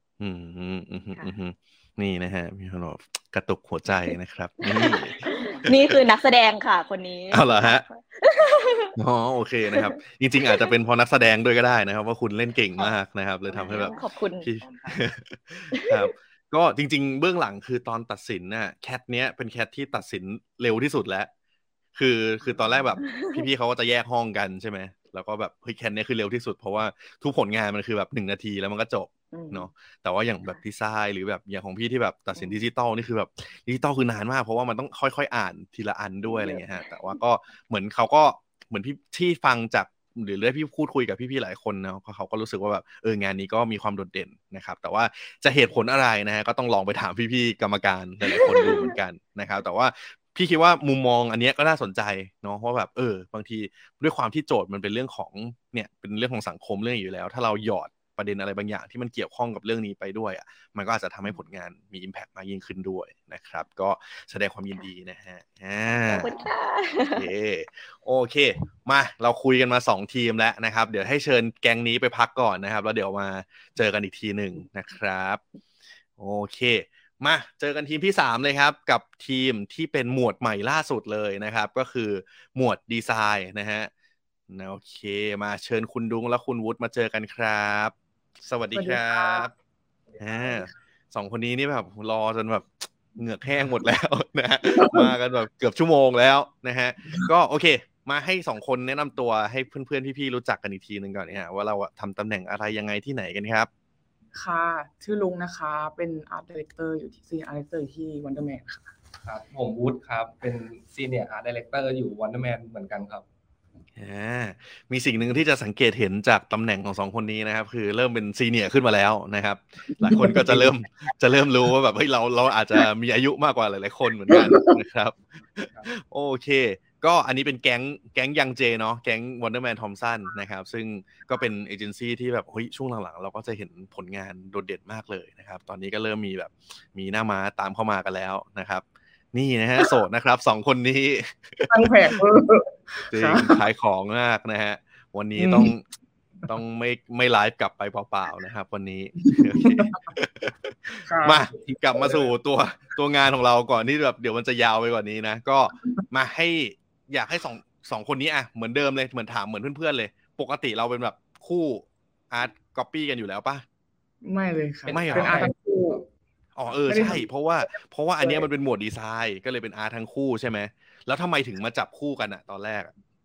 นี่นะฮะพี่คนบอกกระตุกหัวใจนะครับนี่คือนักแสดงค่ะคนนี้เอาเหรอฮะโอเคนะครับจริงๆอาจจะเป็นเพราะนักแสดงด้วยก็ได้นะครับว่าคุณเล่นเก่งมากนะครับเลยทำให้แบบขอบคุณครับก็จริงๆเบื้องหลังคือตอนตัดสินน่ะแคทเนี้ยเป็นแคทที่ตัดสินเร็วที่สุดแล้วคือตอนแรกแบบพี่ๆเขาก็จะแยกห้องกันใช่ไหมแล้วก็แบบเฮ้ยแคทเนี้ยคือเร็วที่สุดเพราะว่าทุกผลงานมันคือแบบ1 นาทีแล้วมันก็จบเนาะแต่ว่าอย่างแบบดีไซน์หรือแบบอย่างของพี่ที่แบบตัดสินดิจิตอลนี่คือแบบดิจิตอลคือนานมากเพราะว่ามันต้องค่อยๆอ่านทีละอันด้วยอะไรเงี้ยฮะแต่ว่าก็เหมือนเขาก็เหมือนพี่ที่ฟังจากหรือได้พี่พูดคุยกับพี่ๆหลายคนเนาะเขาก็รู้สึกว่าแบบงานนี้ก็มีความโดดเด่นนะครับแต่ว่าจะเหตุผลอะไรนะฮะก็ต้องลองไปถามพี่ๆกรรมการหลายๆคนดูเหมือนกันนะครับแต่ว่าพี่คิดว่ามุมมองอันนี้ก็น่าสนใจเนาะเพราะแบบบางทีด้วยความที่โจทย์มันเป็นเรื่องของเนี่ยเป็นเรื่องของสังคมเรื่องอยู่แล้วถ้าเราหยอดประเด็นอะไรบางอย่างที่มันเกี่ยวข้องกับเรื่องนี้ไปด้วยอ่ะมันก็อาจจะทำให้ผลงานมี impact มากยิ่งขึ้นด้วยนะครับก็แสดงความยินดีนะฮะขอบคุณค่ะโอเคมาเราคุยกันมา2 ทีมแล้วนะครับเดี๋ยวให้เชิญแก๊งนี้ไปพักก่อนนะครับแล้วเดี๋ยวมาเจอกันอีกทีหนึ่งนะครับโอเคมาเจอกันทีมที่3เลยครับกับทีมที่เป็นหมวดใหม่ล่าสุดเลยนะครับก็คือหมวดดีไซน์นะฮะโอเคมาเชิญคุณดุ้งและคุณวุฒิมาเจอกันครับสวัสดีครับ2 คนนี้นี่แบบรอจนแบบเหงือกแห้งหมดแล้วนะมากันแบบเกือบชั่วโมงแล้วนะฮะก็โอเคมาให้2 คนแนะนำตัวให้เพื่อนๆพี่ๆรู้จักกันอีกทีนึงก่อนเนี่ยว่าเราทำตำแหน่งอะไรยังไงที่ไหนกันครับค่ะชื่อลุงนะคะเป็น Art Director อยู่ที่ Senior Art Director ที่ Wonderman ค่ะครับผมวุฒิครับเป็น Senior Art Director อยู่ Wonderman เหมือนกันครับมีสิ่งหนึ่งที่จะสังเกตเห็นจากตำแหน่งของ2คนนี้นะครับคือเริ่มเป็นซีเนียร์ขึ้นมาแล้วนะครับหลายคนก็จะเริ่มรู้ว่าแบบเฮ้ยเราอาจจะมีอายุมากกว่าหลายๆคนเหมือนกันนะครับโอเคก็อันนี้เป็นแก๊งยังเจเนาะแก๊ง Wonderman Thompson นะครับซึ่งก็เป็นเอเจนซี่ที่แบบเฮ้ยช่วงหลังๆเราก็จะเห็นผลงานโดดเด่นมากเลยนะครับตอนนี้ก็เริ่มมีหน้าม้าตามเข้ามากันแล้วนะครับนี่นะฮะโสดนะครับ2คนนี้ตั้งแผงจริงขายของมากนะฮะวันนี้ต้องไม่ไลฟ์กลับไปเปล่าๆนะครับวันนี้มากลับมาสู่ตัวงานของเราก่อนที่แบบเดี๋ยวมันจะยาวไปกว่านี้นะก็มาให้อยากให้สองคนนี้อ่ะเหมือนเดิมเลยเหมือนถามเหมือนเพื่อนๆเลยปกติเราเป็นแบบคู่อาร์ตก๊อปปี้กันอยู่แล้วป่ะไม่เลยค่ะไม่เป็นอาร์ตทั้งคู่ใช่เพราะว่าอันนี้มันเป็นหมวดดีไซน์ก็เลยเป็นอาร์ตทั้งคู่ใช่ไหมแล้วทำไมถึงมาจับคู่กันอะตอนแรก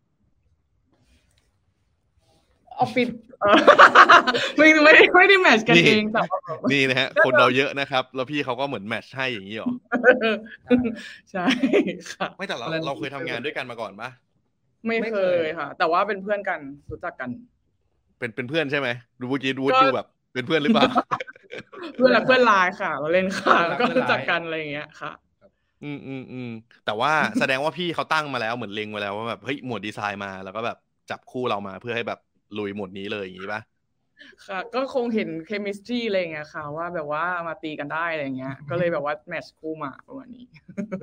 ออฟฟิศไม่ได้แมทช์กันเองแต่นี่นะฮะคนเราเยอะนะครับแล้วพี่เขาก็เหมือนแมทช์ให้อย่างนี้หรอใช่ค่ะไม่แต่เราเคยทำงานด้วยกันมาก่อนปะไม่เคยค่ะแต่ว่าเป็นเพื่อนกันรู้จักกันเป็นเพื่อนใช่ไหมดูเมื่อกี้ดูแบบเป็นเพื่อนหรือเปล่าเพื่อนไลน์ค่ะเราเล่นค่ะก็รู้จักกันอะไรอย่างเงี้ยค่ะแต่ว่าแสดงว่าพี่เขาตั้งมาแล้วเหมือนเล็งไว้แล้วว่าแบบเฮ้ยหมวดดีไซน์มาแล้วก็แบบจับคู่เรามาเพื่อให้แบบลุยหมวดนี้เลยอย่างงี้ป่ะค่ะก็คงเห็นเคมิสตรีอะไรอย่างเงี้ยค่ะว่าแบบว่ามาตีกันได้อะไรอย่างเงี้ยก็เลยแบบว่าแมทช์คู่มาประมาณนี้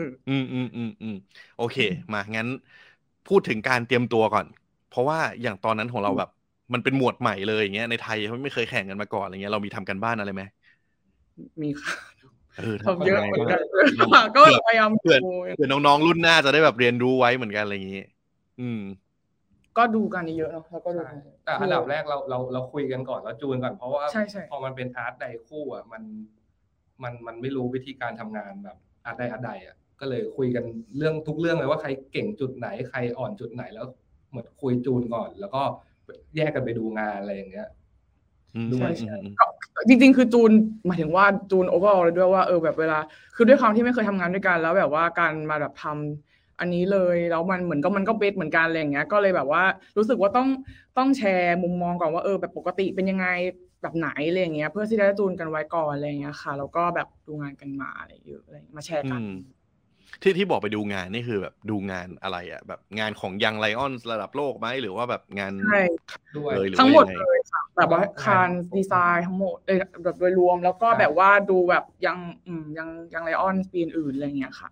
โอเคมางั้นพูดถึงการเตรียมตัวก่อนเพราะว่าอย่างตอนนั้นของเราแบบมันเป็นหมวดใหม่เลยอย่างเงี้ยในไทยไม่เคยแข่งกันมาก่อนอะไรเงี้ยเรามีทำกันบ้านอะไรไหมมีค่ะทำเยอะเหมือนกันก็พยายามเพื่อนน้องๆรุ่นหน้าจะได้แบบเรียนรู้ไว้เหมือนกันอะไรอย่างงี้ก็ดูกันเยอะเนาะแล้วก็ดูแต่อันดับแรกเราคุยกันก่อนแล้วจูนก่อนเพราะว่าพอมันเป็นอาร์ตใดคู่อ่ะมันไม่รู้วิธีการทำงานแบบอาร์ตใดอ่ะก็เลยคุยกันเรื่องทุกเรื่องเลยว่าใครเก่งจุดไหนใครอ่อนจุดไหนแล้วเหมือนคุยจูนก่อนแล้วก็แยกกันไปดูงานอะไรอย่างเงี้ยด้วยจริงๆคือจูนหมายถึงว่าจูนโอเวอร์ออลเลยด้วยว่าแบบเวลาคือด้วยความที่ไม่เคยทำงานด้วยกันแล้วแบบว่าการมาแบบทำอันนี้เลยแล้วมันเหมือนก็มันก็เบสเหมือนกันอะไรอย่างเงี้ยก็เลยแบบว่ารู้สึกว่าต้องแชร์มุมมองก่อนว่าแบบปกติเป็นยังไงแบบไหนอะไรอย่างเงี้ยเพื่อที่จะได้จูนกันไว้ก่อนอะไรอย่างเงี้ยค่ะแล้วก็แบบดูงานกันมาอะไรเยอะอะไรมาแชร์กันที่บอกไปดูงานนี่คือแบบดูงานอะไรอ่ะแบบงานของยังไลออนระดับโลกไหมหรือว่าแบบงานเลยทั้งหมดเลยค่ะแบบว่าคานดีไซน์ทั้งหมดแบบโดยรวมแล้วก็แบบว่าดูแบบยังไลออนปีอื่นอะไรเงี้ยค่ะ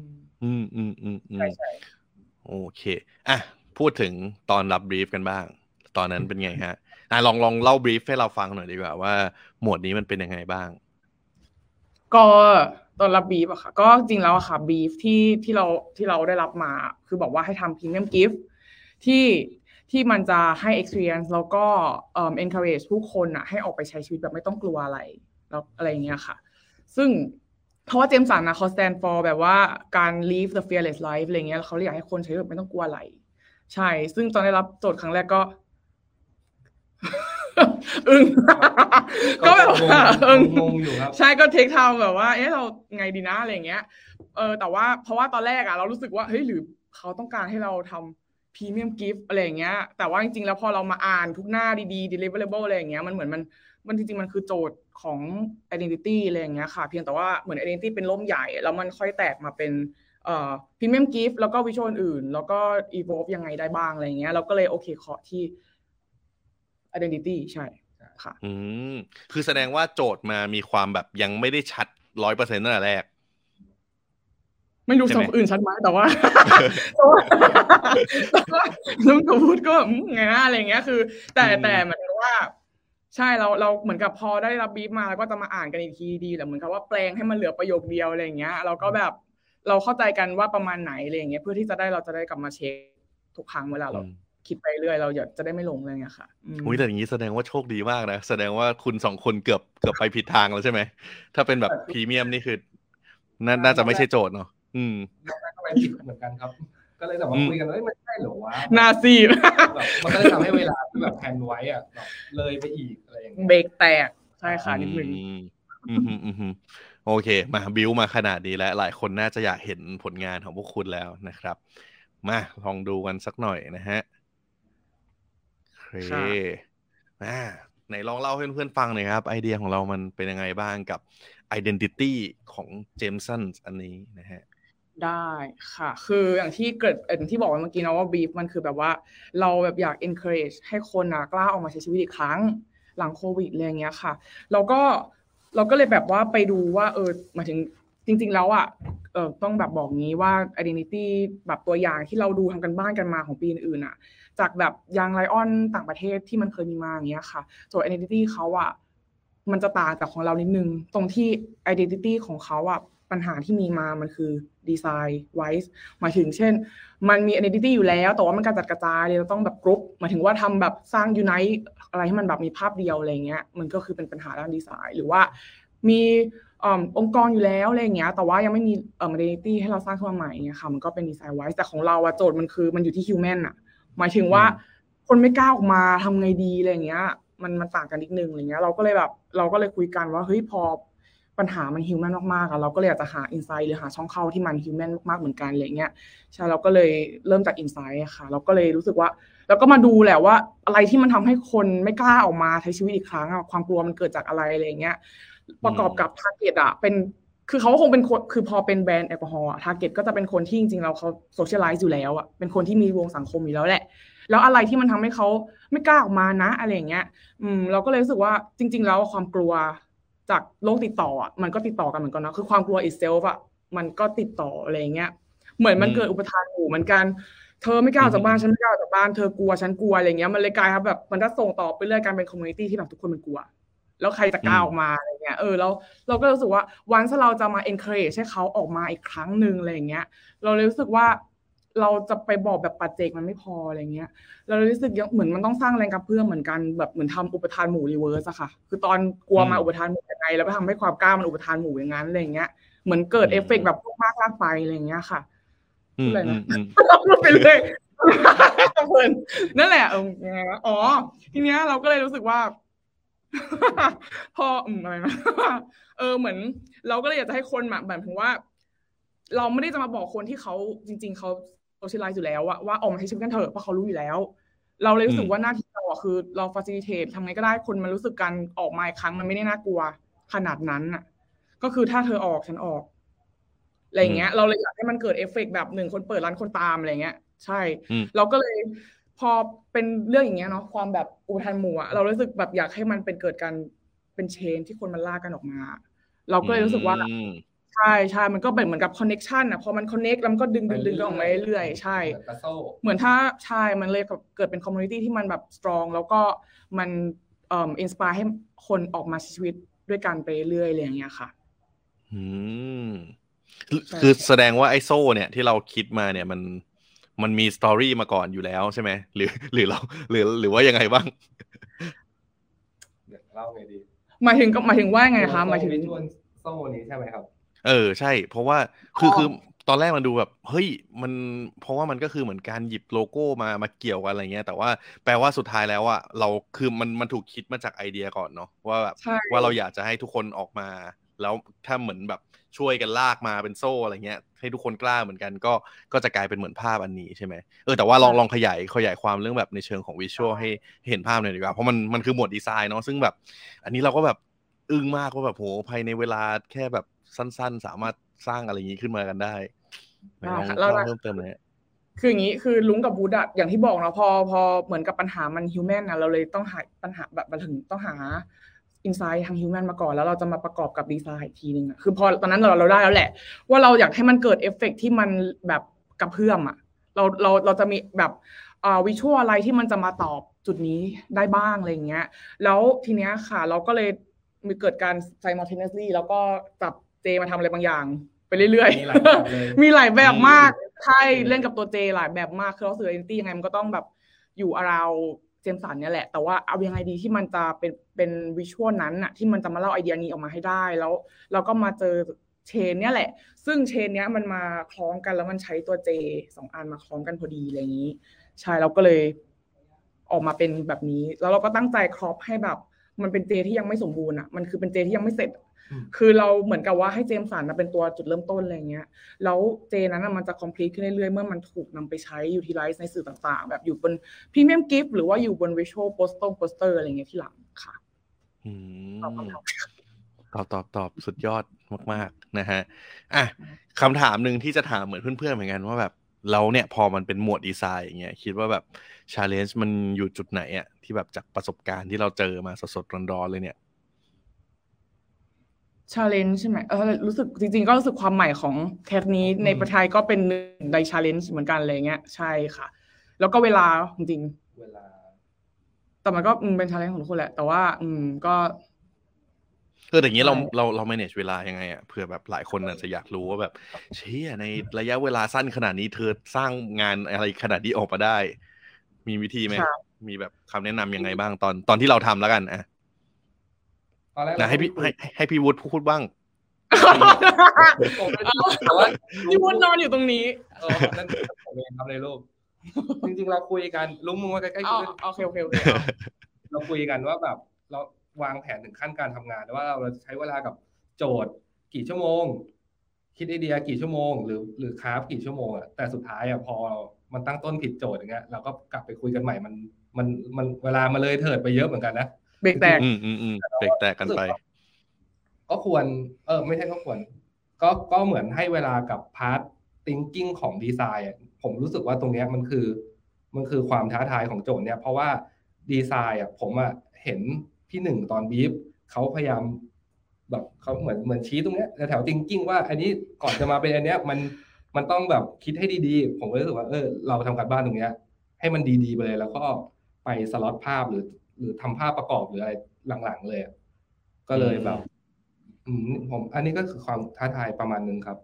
ใช่โอเคอ่ะพูดถึงตอนรับบรีฟกันบ้างตอนนั้นเป็นไงฮะลองเล่าบรีฟให้เราฟังหน่อยดีกว่าว่าหมวดนี้มันเป็นยังไงบ้างก็ตอนรับบีฟอะค่ะก็จริงแล้วอะค่ะบีฟที่เราได้รับมาคือบอกว่าให้ทำพรีเมียมกิฟต์ที่มันจะให้ experience แล้วก็encourage ผู้คนอะให้ออกไปใช้ชีวิตแบบไม่ต้องกลัวอะไรแล้วอะไรอย่างเงี้ยค่ะซึ่งเพราะว่าเจมสันนะเขา stand for แบบว่าการ live the fearless life อะไรเงี้ยเขาอยากให้คนใช้แบบไม่ต้องกลัวอะไรใช่ซึ่งตอนได้รับโจทย์ครั้งแรกก็ก็แบบงงอยู่ครับใช่ก็เทคไทม์แบบว่าเราไงดีนะอะไรเงี้ยแต่ว่าเพราะว่าตอนแรกเรารู้สึกว่าเฮ้ยหรือเขาต้องการให้เราทำพรีเมียมกิฟต์อะไรอย่างเงี้ยแต่ว่าจริงๆแล้วพอเรามาอ่านทุกหน้าดีๆ deliverable อะไรอย่างเงี้ยมันเหมือนมันจริงๆมันคือโจทย์ของ identity อะไรอย่างเงี้ยค่ะเพียงแต่ว่าเหมือน identity เป็นร่มใหญ่แล้วมันค่อยแตกมาเป็นพรีเมียมกิฟต์แล้วก็วิชวลอื่นแล้วก็ evolve ยังไงได้บ้างอะไรอย่างเงี้ยเราก็เลยโอเคขอที่ identity ใช่ค่ะคือแสดงว่าโจทย์มามีความแบบยังไม่ได้ชัด 100% ตั้งแต่แรกไม่รู้สองอื่นชัดไหมแต่ว่าลุงกับพูดก็ไงนะอะไรเงี้ยคือแต่หมายถึงว่าใช่เราเหมือนกับพอได้รับบีฟมาแล้วก็จะมาอ่านกันอีกทีดีแต่เหมือนกับว่าแปลงให้มันเหลือประโยคเดียวอะไรอย่างเงี้ยเราก็แบบเราเข้าใจกันว่าประมาณไหนอะไรอย่างเงี้ยเพื่อที่เราจะได้กลับมาเช็คทุกครั้งเวลาเราคิดไปเรื่อยเราอยากจะได้ไม่หลงอะไรเงี้ยค่ะแต่อย่างนี้แสดงว่าโชคดีมากนะแสดงว่าคุณ2คนเกือบไปผิดทางแล้วใช่ไหมถ้าเป็นแบบพรีเมียมนี่คือน่าจะไม่ใช่โจทย์เนาะก็ไปผิดเหมือนกันครับก็เลยแบบว่าคุยกันไม่ใช่หรอวะนาซีมันก็เลยทำให้เวลาที่แบบแพนไว้อะเลยไปอีกอะไรอย่างเงี้ยเบรกแตกใช่ค่ะนิดนึงโอเคมาบิวมาขนาดนี้แล้วหลายคนน่าจะอยากเห็นผลงานของพวกคุณแล้วนะครับมาลองดูกันสักหน่อยนะฮะค่ะไหนลองเล่าให้เพื่อนๆฟังหน่อยครับไอเดียของเรามันเป็นยังไงบ้างกับ identity ของ Jameson อันนี้นะฮะได้ค่ะคืออย่างที่เกิดที่บอกไว้เมื่อกี้นะว่า brief มันคือแบบว่าเราแบบอยาก encourage ให้คนกล้าออกมาใช้ชีวิตอีกครั้งหลังโควิดอะไรอย่างเงี้ยค่ะเราก็เลยแบบว่าไปดูว่าหมายถึงจริงๆแล้วต้องแบบบอกงี้ว่า identity แบบตัวอย่างที่เราดูทำกันบ้านกันมาของปีอื่นๆจากแบบยังไลออนต่างประเทศที่มันเคยมีมาอย่างเงี้ยค่ะตัว identity เขามันจะต่างจากของเรานิดนึงตรงที่ identity ของเขาปัญหาที่มีมามันคือดีไซน์ไวส์หมายถึงเช่นมันมี identity อยู่แล้วแต่ว่ามันการจัดกระจายเลยเราต้องแบบกรุ๊ปหมายถึงว่าทำแบบสร้าง unite อะไรให้มันแบบมีภาพเดียวอะไรเงี้ยมันก็คือเป็นปัญหาด้านดีไซน์หรือว่ามีองค์กรอยู่แล้วอะไรเงี้ยแต่ว่ายังไม่มีidentity ให้เราสร้างขึ้นมาใหม่เงี้ยค่ะมันก็เป็นดีไซน์ไวส์แต่ของเราโจทย์มันคือมันอยู่ที่ human หมายถึงว่าคนไม่กล้าออกมาทำไงดีอะไรเงี้ยมันต่างกันนิดนึงอะไรเงี้ยเราก็เลยคุยกันว่าเฮ้ยพอปัญหามันฮิวแมนมากๆเราก็เลยอยากจะหาอินไซต์หรือหาช่องเข้าที่มันฮิวแมนมากๆเหมือนกันอะไรเงี้ยใช่เราก็เลยเริ่มจากอินไซต์ค่ะเราก็เลยรู้สึกว่าแล้วก็มาดูแหละว่าอะไรที่มันทำให้คนไม่กล้าออกมาใช้ชีวิตอีกครั้งความกลัวมันเกิดจากอะไรอะไรเงี้ยประกอบกับทาร์เก็ตเป็นคือเขาคงเป็นคนคือพอเป็นแบรนด์แอลกอฮอล์ทาร์เก็ตก็จะเป็นคนที่จริงๆแล้วเขาโซเชียลไลซ์อยู่แล้วเป็นคนที่มีวงสังคมอยู่แล้วแหละแล้วอะไรที่มันทำให้เขาไม่กล้าออกมานะอะไรอย่างเงี้ยเราก็เลยรู้สึกว่าจริงๆแล้วความกลัวจากโรคติดต่อมันก็ติดต่อกันเหมือนกันนะคือความกลัว itself มันก็ติดต่ออะไรอย่างเงี้ยเหมือนมันเกิดอุปทานหมู่เหมือนกันเธอไม่กล้าออกจากบ้านฉันไม่กล้าออกจากบ้านเธอกลัวฉันกลัวอะไรเงี้ยมันเลยกลายครับแบบมันจะส่งต่อไปเรื่อยการเป็นคอมมูนิตี้ที่แบบทุกคนมันกลัวแล้วใครจะกล้าออกมาอะไรเงี้ยแล้วเราก็รู้สึกว่าวันที่เราจะมา encourage ให้เขาออกมาอีกครั้งนึงอะไรอย่างเงี้ยเราเลยรู้สึกว่าเราจะไปบอกแบบปัจเจกมันไม่พออะไรเงี้ยเราเลยรู้สึกเหมือนมันต้องสร้างแรงกระเพื่อมเหมือนกันแบบเหมือนทำอุปทานหมู่รีเวิร์สค่ะคือตอนกลัวมาอุปทานหมู่ยังไงแล้วก็ทำให้ความกล้ามันอุปทานหมู่อย่างนั้นอะไรเงี้ยเหมือนเกิดเอฟเฟกต์แบบมากลากไปอะไรเงี้ยค่ะอะไรนะพูดไปเลยนั่นแหละยังไงวะทีเนี้ยเราก็เลยรู้สึกว่าพออะไรนะเหมือนเราก็เลยอยากจะให้คนแบบถึงว่าเราไม่ได้จะมาบอกคนที่เขาจริงๆเขาโซเชียลไลซ์อยู่แล้วว่าออกมาใช้ชีวิตกันเถอะเพราะเขารู้อยู่แล้วเราเลยรู้สึกว่าหน้าที่เราคือเราฟาซิลิเทตทำไงก็ได้คนมันรู้สึกการออกมาอีกครั้งมันไม่ได้น่ากลัวขนาดนั้นก็คือถ้าเธอออกฉันออกอะไรเงี้ยเราเลยอยากให้มันเกิดเอฟเฟกต์แบบ1คนเปิดร้านคนตามอะไรเงี้ยใช่เราก็เลยพอเป็นเรื่องอย่างเงี้ยเนาะความแบบอุปทานหมู่เรารู้สึกแบบอยากให้มันเป็นเกิดการเป็นเชนที่คนมันลากกันออกมาเราก็เลยรู้สึกว่าใช่มันก็เป็นเหมือนกับคอนเนคชั่นพอมันคอนเนคแล้วมันก็ดึงกันออกมาเรื่อยๆใช่เหมือนถ้าใช่มันเลยเกิดเป็นคอมมูนิตี้ที่มันแบบสตรองแล้วก็มันอินสไปร์ให้คนออกมาใช้ชีวิตด้วยกันไปเรื่อยๆอะไรอย่างเงี้ยค่ะคือแสดงว่าไอโซ่เนี่ยที่เราคิดมาเนี่ยมันมีสตอรี่มาก่อนอยู่แล้วใช่ไหมหรือเราหรือว่ายังไงบ้างเล่าไงดีหมายถึงว่าไงคะหมายถึงโซ่นี้ใช่ไหมครับใช่เพราะว่าคือตอนแรกมันดูแบบเฮ้ยมันเพราะว่ามันก็คือเหมือนการหยิบโลโก้มาเกี่ยวกันอะไรเงี้ยแต่ว่าแปลว่าสุดท้ายแล้วเราคือมันถูกคิดมาจากไอเดียก่อนเนาะว่าแบบว่าเราอยากจะให้ทุกคนออกมาแล้วถ้าเหมือนแบบช่วยกันลากมาเป็นโซ่อะไรเงี้ยให้ทุกคนกล้าเหมือนกันก็จะกลายเป็นเหมือนภาพอันนี้ใช่ไหมแต่ว่าลองขยายความเรื่องแบบในเชิงของวิชวลให้เห็นภาพหน่อยดีกว่าเพราะมันคือหมวดดีไซน์เนาะซึ่งแบบอันนี้เราก็แบบอึ้งมากว่าแบบโหภายในเวลาแค่แบบสั้นๆสามารถสร้างอะไรอย่างนี้ขึ้นมากันได้เราเพิ่มเติมเลยคืออย่างนี้คือลุงกับบูดอย่างที่บอกเนาะพอเหมือนกับปัญหามันฮิวแมนเราเลยต้องหาปัญหาแบบมาถึงต้องหาอินไซต์ทางฮิวแมนมาก่อนแล้วเราจะมาประกอบกับดีไซน์อีกทีนึงคือพอตอนนั้นเราได้แล้วแหละว่าเราอยากให้มันเกิดเอฟเฟกต์ที่มันแบบกระเพื่อมเราจะมีแบบวิชวลอะไรที่มันจะมาตอบจุดนี้ได้บ้างอะไรอย่างเงี้ยแล้วทีเนี้ยค่ะเราก็เลยมีเกิดการ simultaneously แล้วก็จับเจมาทำอะไรบางอย่างไปเรื่อยๆมีหลายแบบมากใช่เล่นกับตัวเจหลายแบบมากคือเราสื่อ identity ยังไงมันก็ต้องแบบอยู่aroundเจมสันเนี่ยแหละแต่ว่าเอายังไงดีที่มันจะเป็นวิชวลนั้นที่มันจะมาเล่าไอเดียนี้ออกมาให้ได้แล้วเราก็มาเจอเชนเนี่ยแหละซึ่งเชนเนี้ยมันมาคล้องกันแล้วมันใช้ตัวเจ2อันมาคล้องกันพอดีอะไรอย่างนี้ใช่เราก็เลยออกมาเป็นแบบนี้แล้วเราก็ตั้งใจครอปให้แบบมันเป็นเจที่ยังไม่สมบูรณ์อ่ะมันคือเป็นเจที่ยังไม่เสร็จคือเราเหมือนกับว่าให้เจมสันเป็นตัวจุดเริ่มต้นอะไรเงี้ยแล้วเจนั้นมันจะ complete ขึ้นเรื่อยๆเมื่อมันถูกนำไปใช้ utilize ในสื่อต่างๆแบบอยู่บน premium gift หรือว่าอยู่บน visual poster อะไรเงี้ยที่หลังค่ะตอบสุดยอดมากๆนะฮะอ่ะคำถามหนึ่งที่จะถามเหมือนเพื่อนๆเหมือนกันว่าแบบเราเนี่ยพอมันเป็นหมวดดีไซน์อย่างเงี้ยคิดว่าแบบ challenge มันอยู่จุดไหนอ่ะที่แบบจากประสบการณ์ที่เราเจอมาสดๆร้อนๆเลยเนี่ย challenge ใช่ไหมรู้สึกจริงๆก็รู้สึกความใหม่ของเทปนี้ในประเทศไทยก็เป็นใน challenge เหมือนกันอะไรเงี้ยใช่ค่ะแล้วก็เวลาจริงๆเวลาแต่มันก็เป็น challenge ของทุกคนแหละแต่ว่าก็อย่างนี้เรา manage เวลายังไงอ่ะเผื่อแบบหลายคนอาจจะอยากรู้ว่าแบบเชี่ยในระยะเวลาสั้นขนาดนี้เธอสร้างงานอะไรขนาดนี้ออกมาได้มีวิธีไหมมีแบบคำแนะนำยังไงบ้างตอนที่เราทำแล้วกันอ่ะนะให้พี่วุฒิพูดบ้างพี่วุฒินอนอยู่ตรงนี้นั่นผมเองครับในโลกจริงๆเราคุยกันลุงมึงมาใกล้ๆโอเคเราคุยกันว่าแบบเราวางแผนถึงขั้นการทำงานว่าเราใช้เวลากับโจทย์กี่ชั่วโมงคิดไอเดียกี่ชั่วโมงหรือคราฟกี่ชั่วโมงอ่ะแต่สุดท้ายอ่ะพอมันตั้งต้นผิดโจทย์อย่างเงี้ยเราก็กลับไปคุยกันใหม่มันเวลามาเลยเถิดไปเยอะเหมือนกันนะเบรกแตกเบรกแตกกันไปก็ควรไม่ใช่ก็ควรก็เหมือนให้เวลากับพาร์ท thinking ของดีไซน์ผมรู้สึกว่าตรงนี้มันคือความท้าทายของโจทย์เนี่ยเพราะว่าดีไซน์ผมเห็นพี่หนึ่งตอนบีฟเขาพยายามแบบเขาเหมือนชี้ตรงเนี้ยแถว thinking ว่าอันนี้ก่อนจะมาเป็นอันเนี้ยมันต้องแบบคิดให้ดีๆผมก็รู้สึกว่าเราทำการบ้านตรงเนี้ยให้มันดีๆไปเลยแล้วก็ไปสล็อตภาพหรือทำภาพประกอบหรืออะไรหลังๆเลยก็เลยแบบผมอันนี้ก็คือความท้าทายประมาณนึงครับ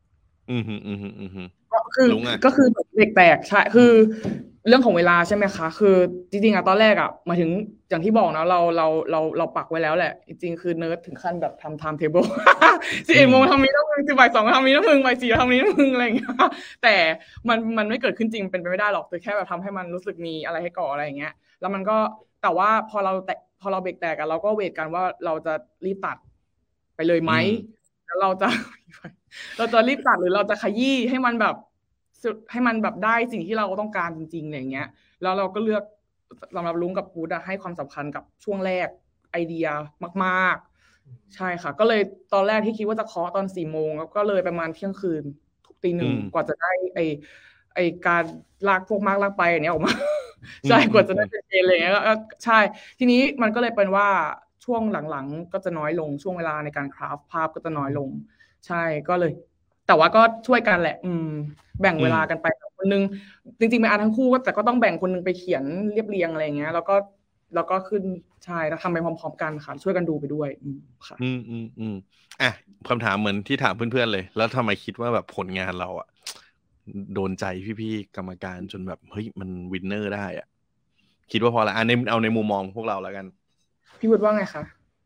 ก็คือเด็กแตกใช่คือเรื่องของเวลาใช่ไหมคะคือจริงๆตอนแรกหมายถึงอย่างที่บอกนะเราปักไว้แล้วแหละจริงๆคือเนิร์ดถึงขั้นแบบทำ time table 11 โมงทำนี้แล้วมึงบ่าย 2ทำนี้แล้วมึงบ่าย 4ทำนี้แล้วมึงอะไรอย่างเงี้ยแต่มันไม่เกิดขึ้นจริงเป็นไปไม่ได้หรอกแต่แค่แบบทำให้มันรู้สึกมีอะไรให้ก่ออะไรอย่างเงี้ยแล้วมันก็แต่ว่าพอเราเบรกแตกเราก็เวทกันว่าเราจะรีบตัดไปเลยไหมแล้วเราจะรีบตัดหรือเราจะขยี้ให้มันแบบได้สิ่งที่เราต้องการจริงๆอย่างเงี้ยแล้วเราก็เลือกสำหรับลุงกับกู๊ดให้ความสำคัญกับช่วงแรกไอเดียมากๆใช่ค่ะก็เลยตอนแรกที่คิดว่าจะเคาะตอน 4 โมงก็เลยประมาณเที่ยงคืนทุกตี 1กว่าจะได้ไอการลากพวกมากลากไปอันนี้ออกมาใช่กว่าจะได้เป็นอะไรอย่างเงี้ยใช่ทีนี้มันก็เลยเป็นว่าช่วงหลังๆก็จะน้อยลงช่วงเวลาในการคราฟภาพก็จะน้อยลงใช่ก็เลยแต่ว่าก็ช่วยกันแหละแบ่งเวลากันไปคนนึงจริงๆเป็นทั้งคู่แต่ก็ต้องแบ่งคนนึงไปเขียนเรียบเรียงอะไรอย่างเงี้ยแล้วก็ขึ้นใช่แล้วทำไปพร้อมๆกันค่ะช่วยกันดูไปด้วยค่ะคำถามเหมือนที่ถามเพื่อนๆเลยแล้วทำไมคิดว่าแบบผลงานเราโดนใจพี่ๆกรรมการจนแบบเฮ้ยมันวินเนอร์ได้คิดว่าพอละเอาในมุมมองพวกเราแล้วกันพี่วุฒิว่าไงคะ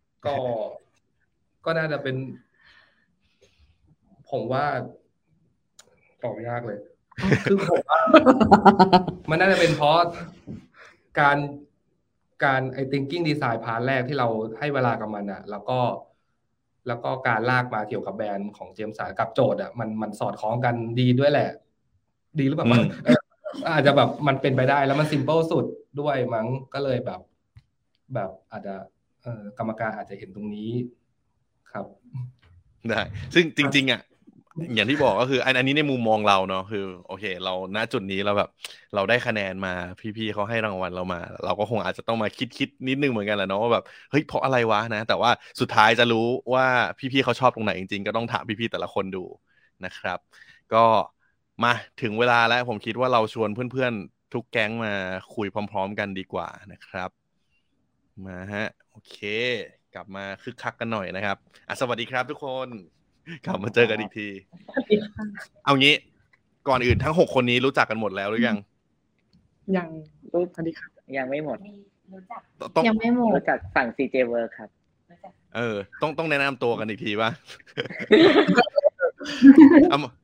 ก็น่าจะเป็นผมว่าตอบยากเลยคือผมว่ามันน่าจะเป็นเพราะการthinking design พาร์ทแรกที่เราให้เวลากับมันแล้วก็การลากมาเกี่ยวกับแบรนด์ของเจมสันกับโจทย์มันสอดคล้องกันดีด้วยแหละดีหรือเปล่าอาจจะแบบมันเป็นไปได้แล้วมัน simple สุดด้วยมั้งก็เลยแบบอาจจะกรรมการอาจจะเห็นตรงนี้ครับได้ซึ่งจริงๆอย่างที่บอกก็คืออันนี้ในมุมมองเราเนาะคือโอเคเราณจุดนี้เราแบบเราได้คะแนนมาพี่ๆเขาให้รางวัลเรามาเราก็คงอาจจะต้องมาคิดนิดนึงเหมือนกันแหละเนาะว่าแบบเฮ้ยเพราะอะไรวะนะแต่ว่าสุดท้ายจะรู้ว่าพี่ๆเขาชอบตรงไหนจริงๆก็ต้องถามพี่ๆแต่ละคนดูนะครับก็มาถึงเวลาแล้วผมคิดว่าเราชวนเพื่อนๆทุกแก๊งมาคุยพร้อมๆกันดีกว่านะครับมาฮะโอเคกลับมาคึกคักกันหน่อยนะครับสวัสดีครับทุกคนกลับมาเจอกันอีกทีเอางี้ก่อนอื่นทั้ง6คนนี้รู้จักกันหมดแล้วหรือยังสวัสดีครับยังไม่หมดยังไม่หมดรู้จักฝั่ง CJ Work ครับต้องแนะนำตัวกันอีกทีป่ะ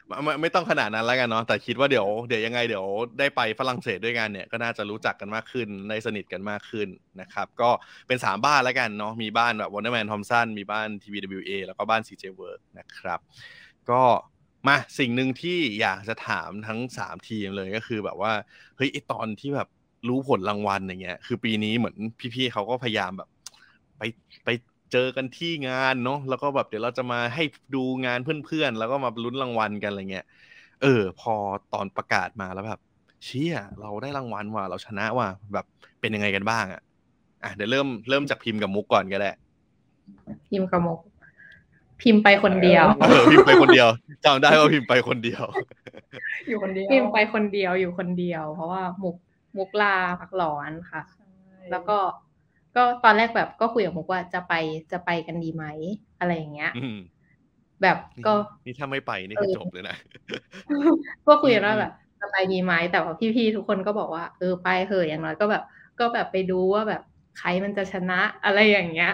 ไม่ต้องขนาดนั้นแล้วกันเนาะแต่คิดว่าเดี๋ยวยังไงเดี๋ยวได้ไปฝรั่งเศสด้วยกันเนี่ยก็น่าจะรู้จักกันมากขึ้นได้สนิทกันมากขึ้นนะครับก็เป็น3บ้านแล้วกันเนาะมีบ้านแบบ Wonderman Thompson มีบ้าน TVWA แล้วก็บ้าน CJ Work นะครับก็มาสิ่งหนึ่งที่อยากจะถามทั้ง3ทีมเลยก็คือแบบว่าเฮ้ยไอ้ตอนที่แบบรู้ผลรางวัลอย่างเงี้ยคือปีนี้เหมือนพี่ๆเขาก็พยายามแบบไปเจอกันที่งานเนาะแล้วก็แบบเดี๋ยวเราจะมาให้ดูงานเพื่อนๆแล้วก็มาลุ้นรางวัลกันอะไรเงี้ยพอตอนประกาศมาแล้วแบบเชี่ยเราได้รางวัลว่ะเราชนะว่ะแบบเป็นยังไงกันบ้างอ่ะเดี๋ยวเริ่มจากพิมพ์กับมุกก่อนก็ได้พิมพ์กับมุกพิมพ์ไปคนเดียวพิมพ์ไปคนเดียวจำได้ว่าพิมพ์ไปคนเดียวอยู่คนเดียวพิมพ์ไปคนเดียวอยู่คนเดียวเพราะว่ามุกลาพักร้อนค่ะแล้วก็ตอนแรกแบบก็คุยกับมุกว่าจะไปกันดีไหมอะไรอย่างเงี้ยแบบก็นี่ถ้าไม่ไปนี่คือจบเลยนะก็คุยกันว่าแบบจะไปดีไหมแต่ว่าพี่ๆทุกคนก็บอกว่าไปเถอะอย่างน้อยก็แบบไปดูว่าแบบใครมันจะชนะอะไรอย่างเงี้ย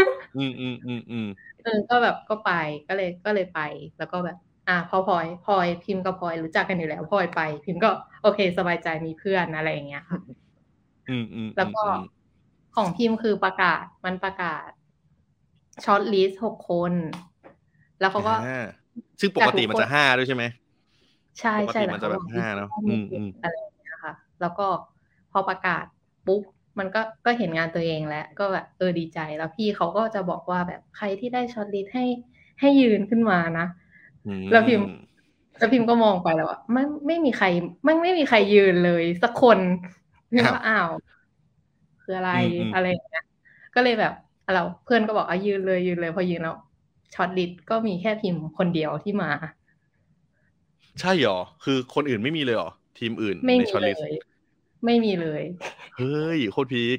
ก็แบบก็ไปก็เลยไปแล้วก็แบบพอพลอยพิมพ์กับพลอยรู้จักกันอยู่แล้วพลอยไปพิมพ์ก็โอเคสบายใจมีเพื่อนอะไรอย่างเงี้ยค่ะแล้วก็ของพิมพ์คือประกาศช็อตลิสต์6 คนแล้วเขาก็ซึ่งปกติมันจะ5ด้วยใช่ไหมใช่ใช่มันจะแบบ5เนาะอะไรอย่างเงี้ยค่ะแล้วก็พอประกาศปุ๊บมันก็เห็นงานตัวเองแล้วก็แบบดีใจแล้วพี่เขาก็จะบอกว่าแบบใครที่ได้ช็อตลิสต์ให้ยืนขึ้นมานะแล้วพิมพ์ก็มองไปแล้วว่าไม่มีใครยืนเลยสักคนพิมพ์ก็อ้าวคืออะไรอย่างเงี้ยก็เลยแบบเราเพื่อนก็บอกยืนเลยพอยืนแล้วช็อตลิสต์ก็มีแค่พิมพ์คนเดียวที่มาใช่หรอคือคนอื่นไม่มีเลยหรอทีมอื่นในช็อตลิสต์ไม่มีเลยเฮ้ยโคตรพีค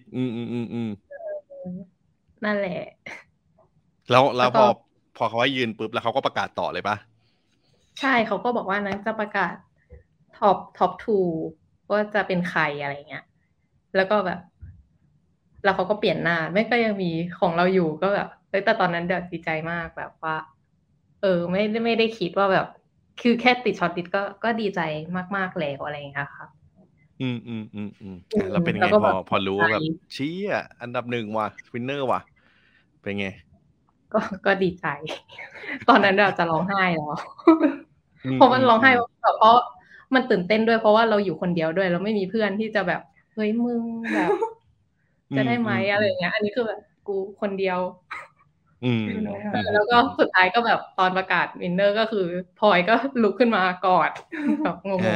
นั่นแหละแล้วพอเขาให้ยืนปุ๊บแล้วเขาก็ประกาศต่อเลยปะใช่เขาก็บอกว่านั้นจะประกาศท็อป2ว่าจะเป็นใครอะไรเงี้ยแล้วก็แบบแล้วเขาก็เปลี่ยนหน้าไม่ก็ยังมีของเราอยู่ก็แบบแต่ตอนนั้นดีใจมากแบบว่าไม่ได้คิดว่าแบบคือแค่ติดช็อตลิสต์ก็ดีใจมากๆแล้วอะไรอย่างเงี้ยค่ะแล้วเป็นไงพอรู้ว่าแบบชี้อันดับ1ว่ะวินเนอร์ว่ะเป็นไงก็ดีใจตอนนั้นเราจะร้องไห้แล้วเพราะมันร้องไห้เพราะมันตื่นเต้นด้วยเพราะว่าเราอยู่คนเดียวด้วยเราไม่มีเพื่อนที่จะแบบเฮ้ยมึงแบบจะได้ไหมอะไรอย่างเงี้ยอันนี้คือแบบกูคนเดียวแล้วก็สุดท้ายก็แบบตอนประกาศวินเนอร์ก็คือพลอยก็ลุกขึ้นมากอดแบบงง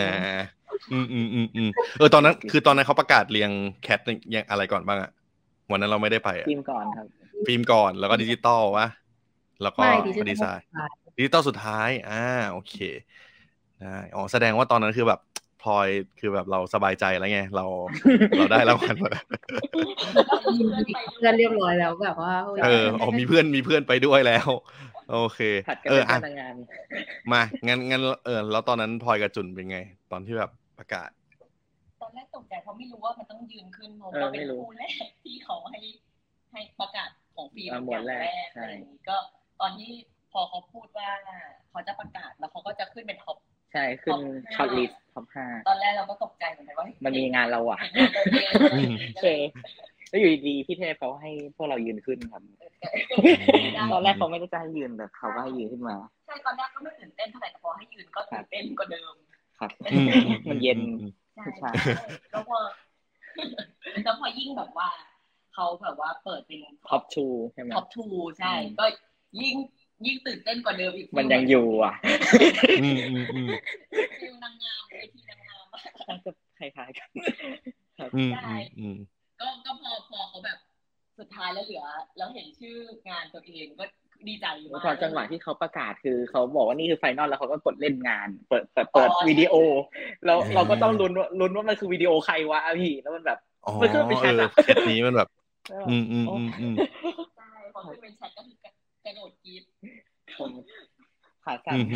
ตอนนั้นเขาประกาศเรียงแคทยังอะไรก่อนบ้างอะวันนั้นเราไม่ได้ไปฟิล์มก่อนครับฟิล์มก่อนแล้วก็ดิจิตอลวะแล้วก็ดีไซน์ดิจิตอลสุดท้ายโอเคได้แสดงว่าตอนนั้นคือแบบพลอยคือแบบเราสบายใจแล้วไงเราได้รางวัลหมดเพื่อนเรียบร้อยแล้วแบบว่ามีเพื่อนไปด้วยแล้วโอเคมางั้นแล้วตอนนั้นพลอยกับจุนเป็นไงตอนที่แบบประกาศตอนแรกตกใจเพราะไม่รู้ว่ามันต้องยืนขึ้นเพราะเราเป็นคู่แรกที่เขาให้ประกาศของฟิล์มอย่างแรกอะไรอย่างนี้ก็ตอนที่พอเขาพูดว่าเขาจะประกาศแล้วเขาก็จะขึ้นเป็นท็อปใช่ขึ้นช็อตลิสต์ท็อป 5ตอนแรกเราก็ตกใจเหมือนกันว่ามันมีงานเราอ่ะโอเคแล้วอยู่ดีๆพี่เทพเขาให้พวกเรายืนขึ้นครับตอนแรกเขาไม่ได้จะให้ยืนแต่เขาก็ให้ยืนขึ้นมาใช่ตอนแรกก็ไม่ตื่นเต้นเท่าไหร่แต่พอให้ยืนก็ตื่นเต้นกว่าเดิมครับมันเย็นใช่แล้วพอยิ่งแบบว่าเขาแบบว่าเปิดเป็นท็อป2ใช่ไหมท็อป2ใช่ก็ยิ่งตื่นเต้นกว่าเดิมอีกมันยังอยู่อ่ะฟิลนางงามเวทีนางงามก็คล้ายๆกันใช่ก็พอเขาแบบสุดท้ายแล้วเหลือแล้วเห็นชื่องานตัวเองก็ดีใจมากตอนจังหวะที่เขาประกาศคือเขาบอกว่านี่คือไฟนอลแล้วเขาก็กดเล่นงานเปิดวิดีโอแล้วเราก็ต้องลุ้นว่ามันคือวิดีโอใครวะพี่แล้วมันแบบมันขึ้นเป็นแชทนี้มันแบบใช่พอขึ้นเป็นแชทก็คือกระโดดกรี๊ดขาสั่น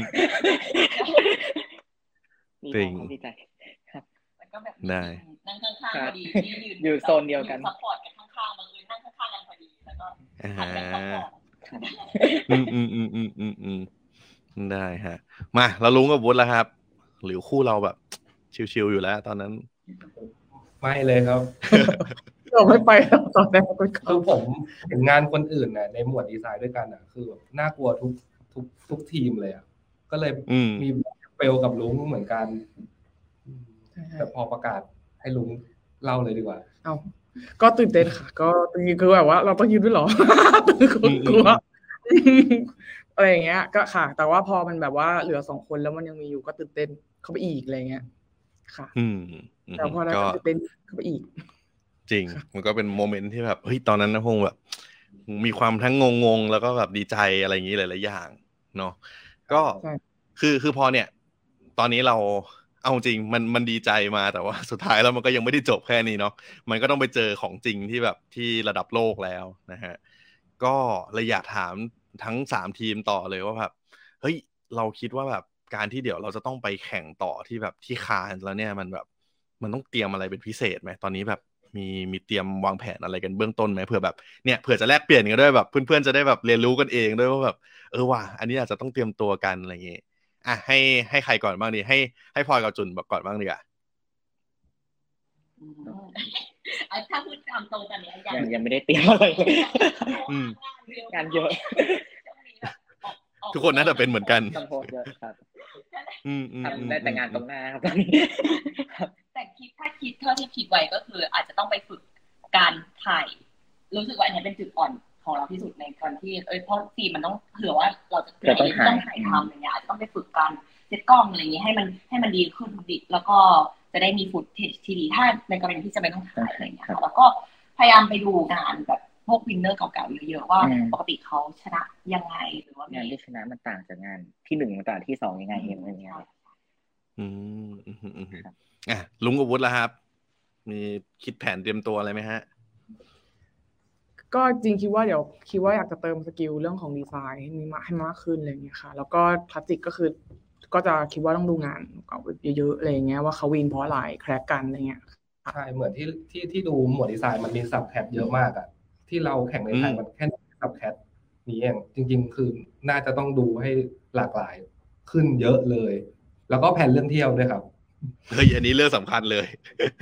ดีใจครับแล้วก็แบบนั่งข้างๆพอดีที่ยืนอยู่โซนเดียวกันซัพพอร์ตกันข้างๆบังเอิญนั่งข้างๆกันพอดีแล้วก็หันกันซัพพอร์ตได้ฮะมาแล้วลุงกับวุฒิแล้วครับหรือคู่เราแบบชิวๆอยู่แล้วตอนนั้นไม่เลยครับเราไม่ไปแล้วตอนแรกก็คือผมเห็นงานคนอื่นน่ะในหมวดดีไซน์ด้วยกันอ่ะคือแบบน่ากลัวทุกทีมเลยอ่ะก็เลยมีเฟลกับลุงเหมือนกันแต่พอประกาศให้ลุงเล่าเลยดีกว่าเอาก็ตื่นเต้นค่ะก็คือแบบว่าเราต้องยืนด้วยหรอกลัวอะไรอย่างเงี้ยก็ค่ะแต่ว่าพอมันแบบว่าเหลือ2คนแล้วมันยังมีอยู่ก็ตื่นเต้นเข้าไปอีกอะไรเงี้ยค่ะแต่พอแล้วตื่นเต้นเข้าไปอีกจริงมันก็เป็นโมเมนต์ที่แบบเฮ้ยตอนนั้นนะคงแบบมีความทั้งงงแล้วก็แบบดีใจอะไรอย่างนี้หลายๆอย่างเนาะก็คือพอเนี่ยตอนนี้เราเอาจริงมันดีใจมาแต่ว่าสุดท้ายแล้วมันก็ยังไม่ได้จบแค่นี้เนาะมันก็ต้องไปเจอของจริงที่แบบที่ระดับโลกแล้วนะฮะก็เลยอยากถามทั้ง3ทีมต่อเลยว่าแบบเฮ้ยเราคิดว่าแบบการที่เดี๋ยวเราจะต้องไปแข่งต่อที่แบบที่คานแล้วเนี่ยมันแบบมันต้องเตรียมอะไรเป็นพิเศษไหมตอนนี้แบบมีเตรียมวางแผนอะไรกันเบื้องต้นไหมเผื่อแบบเนี่ยเผื่อจะแลกเปลี่ยนกันด้วยแบบเพื่อนๆจะได้แบบเรียนรู้กันเองด้วยว่าแบบว่ะอันนี้อาจจะต้องเตรียมตัวกันอะไรอย่างงี้อ่ะให้ใครก่อนบ้างดีให้พลอยกับจุนบอกก่อนบ้างดีกว่าถ้าพูดตามตรงตอนนี้ยังไม่ได้เตรียมอะไรงานเยอะทุกคนน่าจะเป็นเหมือนกันต้องโพสเยอะครับทำได้แต่งานตรงหน้าครับตอนนี้แต่ถ้าคิดเท่าที่คิดไว้ก็คืออาจจะต้องไปฝึกการถ่ายรู้สึกว่าอันนี้เป็นจุดอ่อนของเราที่สุดในการที่เพราะฟิล์มมันต้องเผื่อว่าเราจะต้องถ่ายทำอะไรเงี้ยอาจจะต้องไปฝึกการเซตกล้องอะไรอย่างนี้ให้มันดีขึ้นดีแล้วก็จะได้มีฟุตเทจที่ดีถ้าในกรณีที่จะไม่ต้องถ่ายอะไรเงี้ยแล้วก็พยายามไปดูงานแบบพวกวินเนอร์เก่าๆเยอะๆว่าปกติเขาชนะยังไงหรือว่างานที่ชนะมันต่างจากงานที่1มันต่างที่2ยังไงเองเนี่ยลุงกับวุฒิล่ะครับมีคิดแผนเตรียมตัวอะไรไหมฮะก็จริงคิดว่าอยากจะเติมสกิลเรื่องของดีไซน์ให้มากขึ้นอะไรอย่างเงี้ยค่ะแล้วก็พลาสติกก็คือก็จะคิดว่าต้องดูงานเก่าเยอะๆอะไรอย่างเงี้ยว่าเขาวินเพราะอะไรแคร็กกันอะไรเงี้ยใช่เหมือนที่ดูหมวดดีไซน์มันมีซับแคทเยอะมากอ่ะที่เราแข่งในไทยมันแค่ซับแคทนี้เองจริงๆคือน่าจะต้องดูให้หลากหลายขึ้นเยอะเลยแล้วก็แผนเรื่องเที่ยวด้วยครับเฮ้ยอันนี้เรื่องสำคัญเลย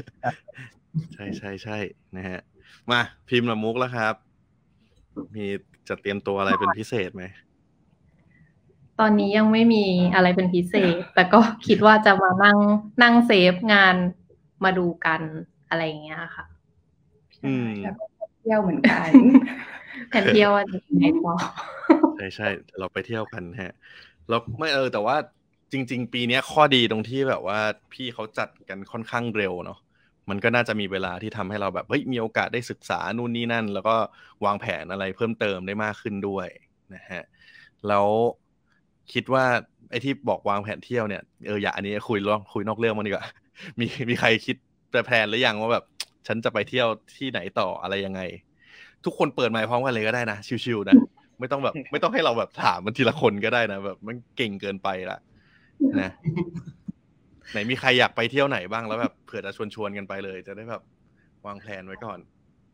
ใช่นะฮะมาพิมพ์ละมุกแล้วครับมีจะเตรียมตัวอะไรเป็นพิเศษไหมตอนนี้ยังไม่มีอะไรเป็นพิเศษแต่ก็คิดว่าจะมานั่งเซฟงานมาดูกันอะไรอย่างเงี้ยค่ะเที่ยวเหมือนกันแผนเที่ยวว่าจะไหนต่อใช่เราไปเที่ยวกันฮะแล้วไม่แต่ว่าจริงๆปีนี้ข้อดีตรงที่แบบว่าพี่เขาจัดกันค่อนข้างเร็วเนาะมันก็น่าจะมีเวลาที่ทำให้เราแบบเฮ้ยมีโอกาสได้ศึกษานู่นนี่นั่นแล้วก็วางแผนอะไรเพิ่มเติมได้มากขึ้นด้วยนะฮะแล้วคิดว่าไอ้ที่บอกวางแผนเที่ยวเนี่ยอย่าอันนี้คุยนอกเรื่องมาดีกว่ามีใครคิดแพลนหรือยังว่าแบบฉันจะไปเที่ยวที่ไหนต่ออะไรยังไงทุกคนเปิดไมค์พร้อมกันเลยก็ได้นะชิวๆนะไม่ต้องให้เราแบบถามมันทีละคนก็ได้นะแบบมันเก่งเกินไปละนะไหนมีใครอยากไปเที่ยวไหนบ้างแล้วแบบเผื่อจะชวนกันไปเลยจะได้แบบวางแผนไว้ก่อน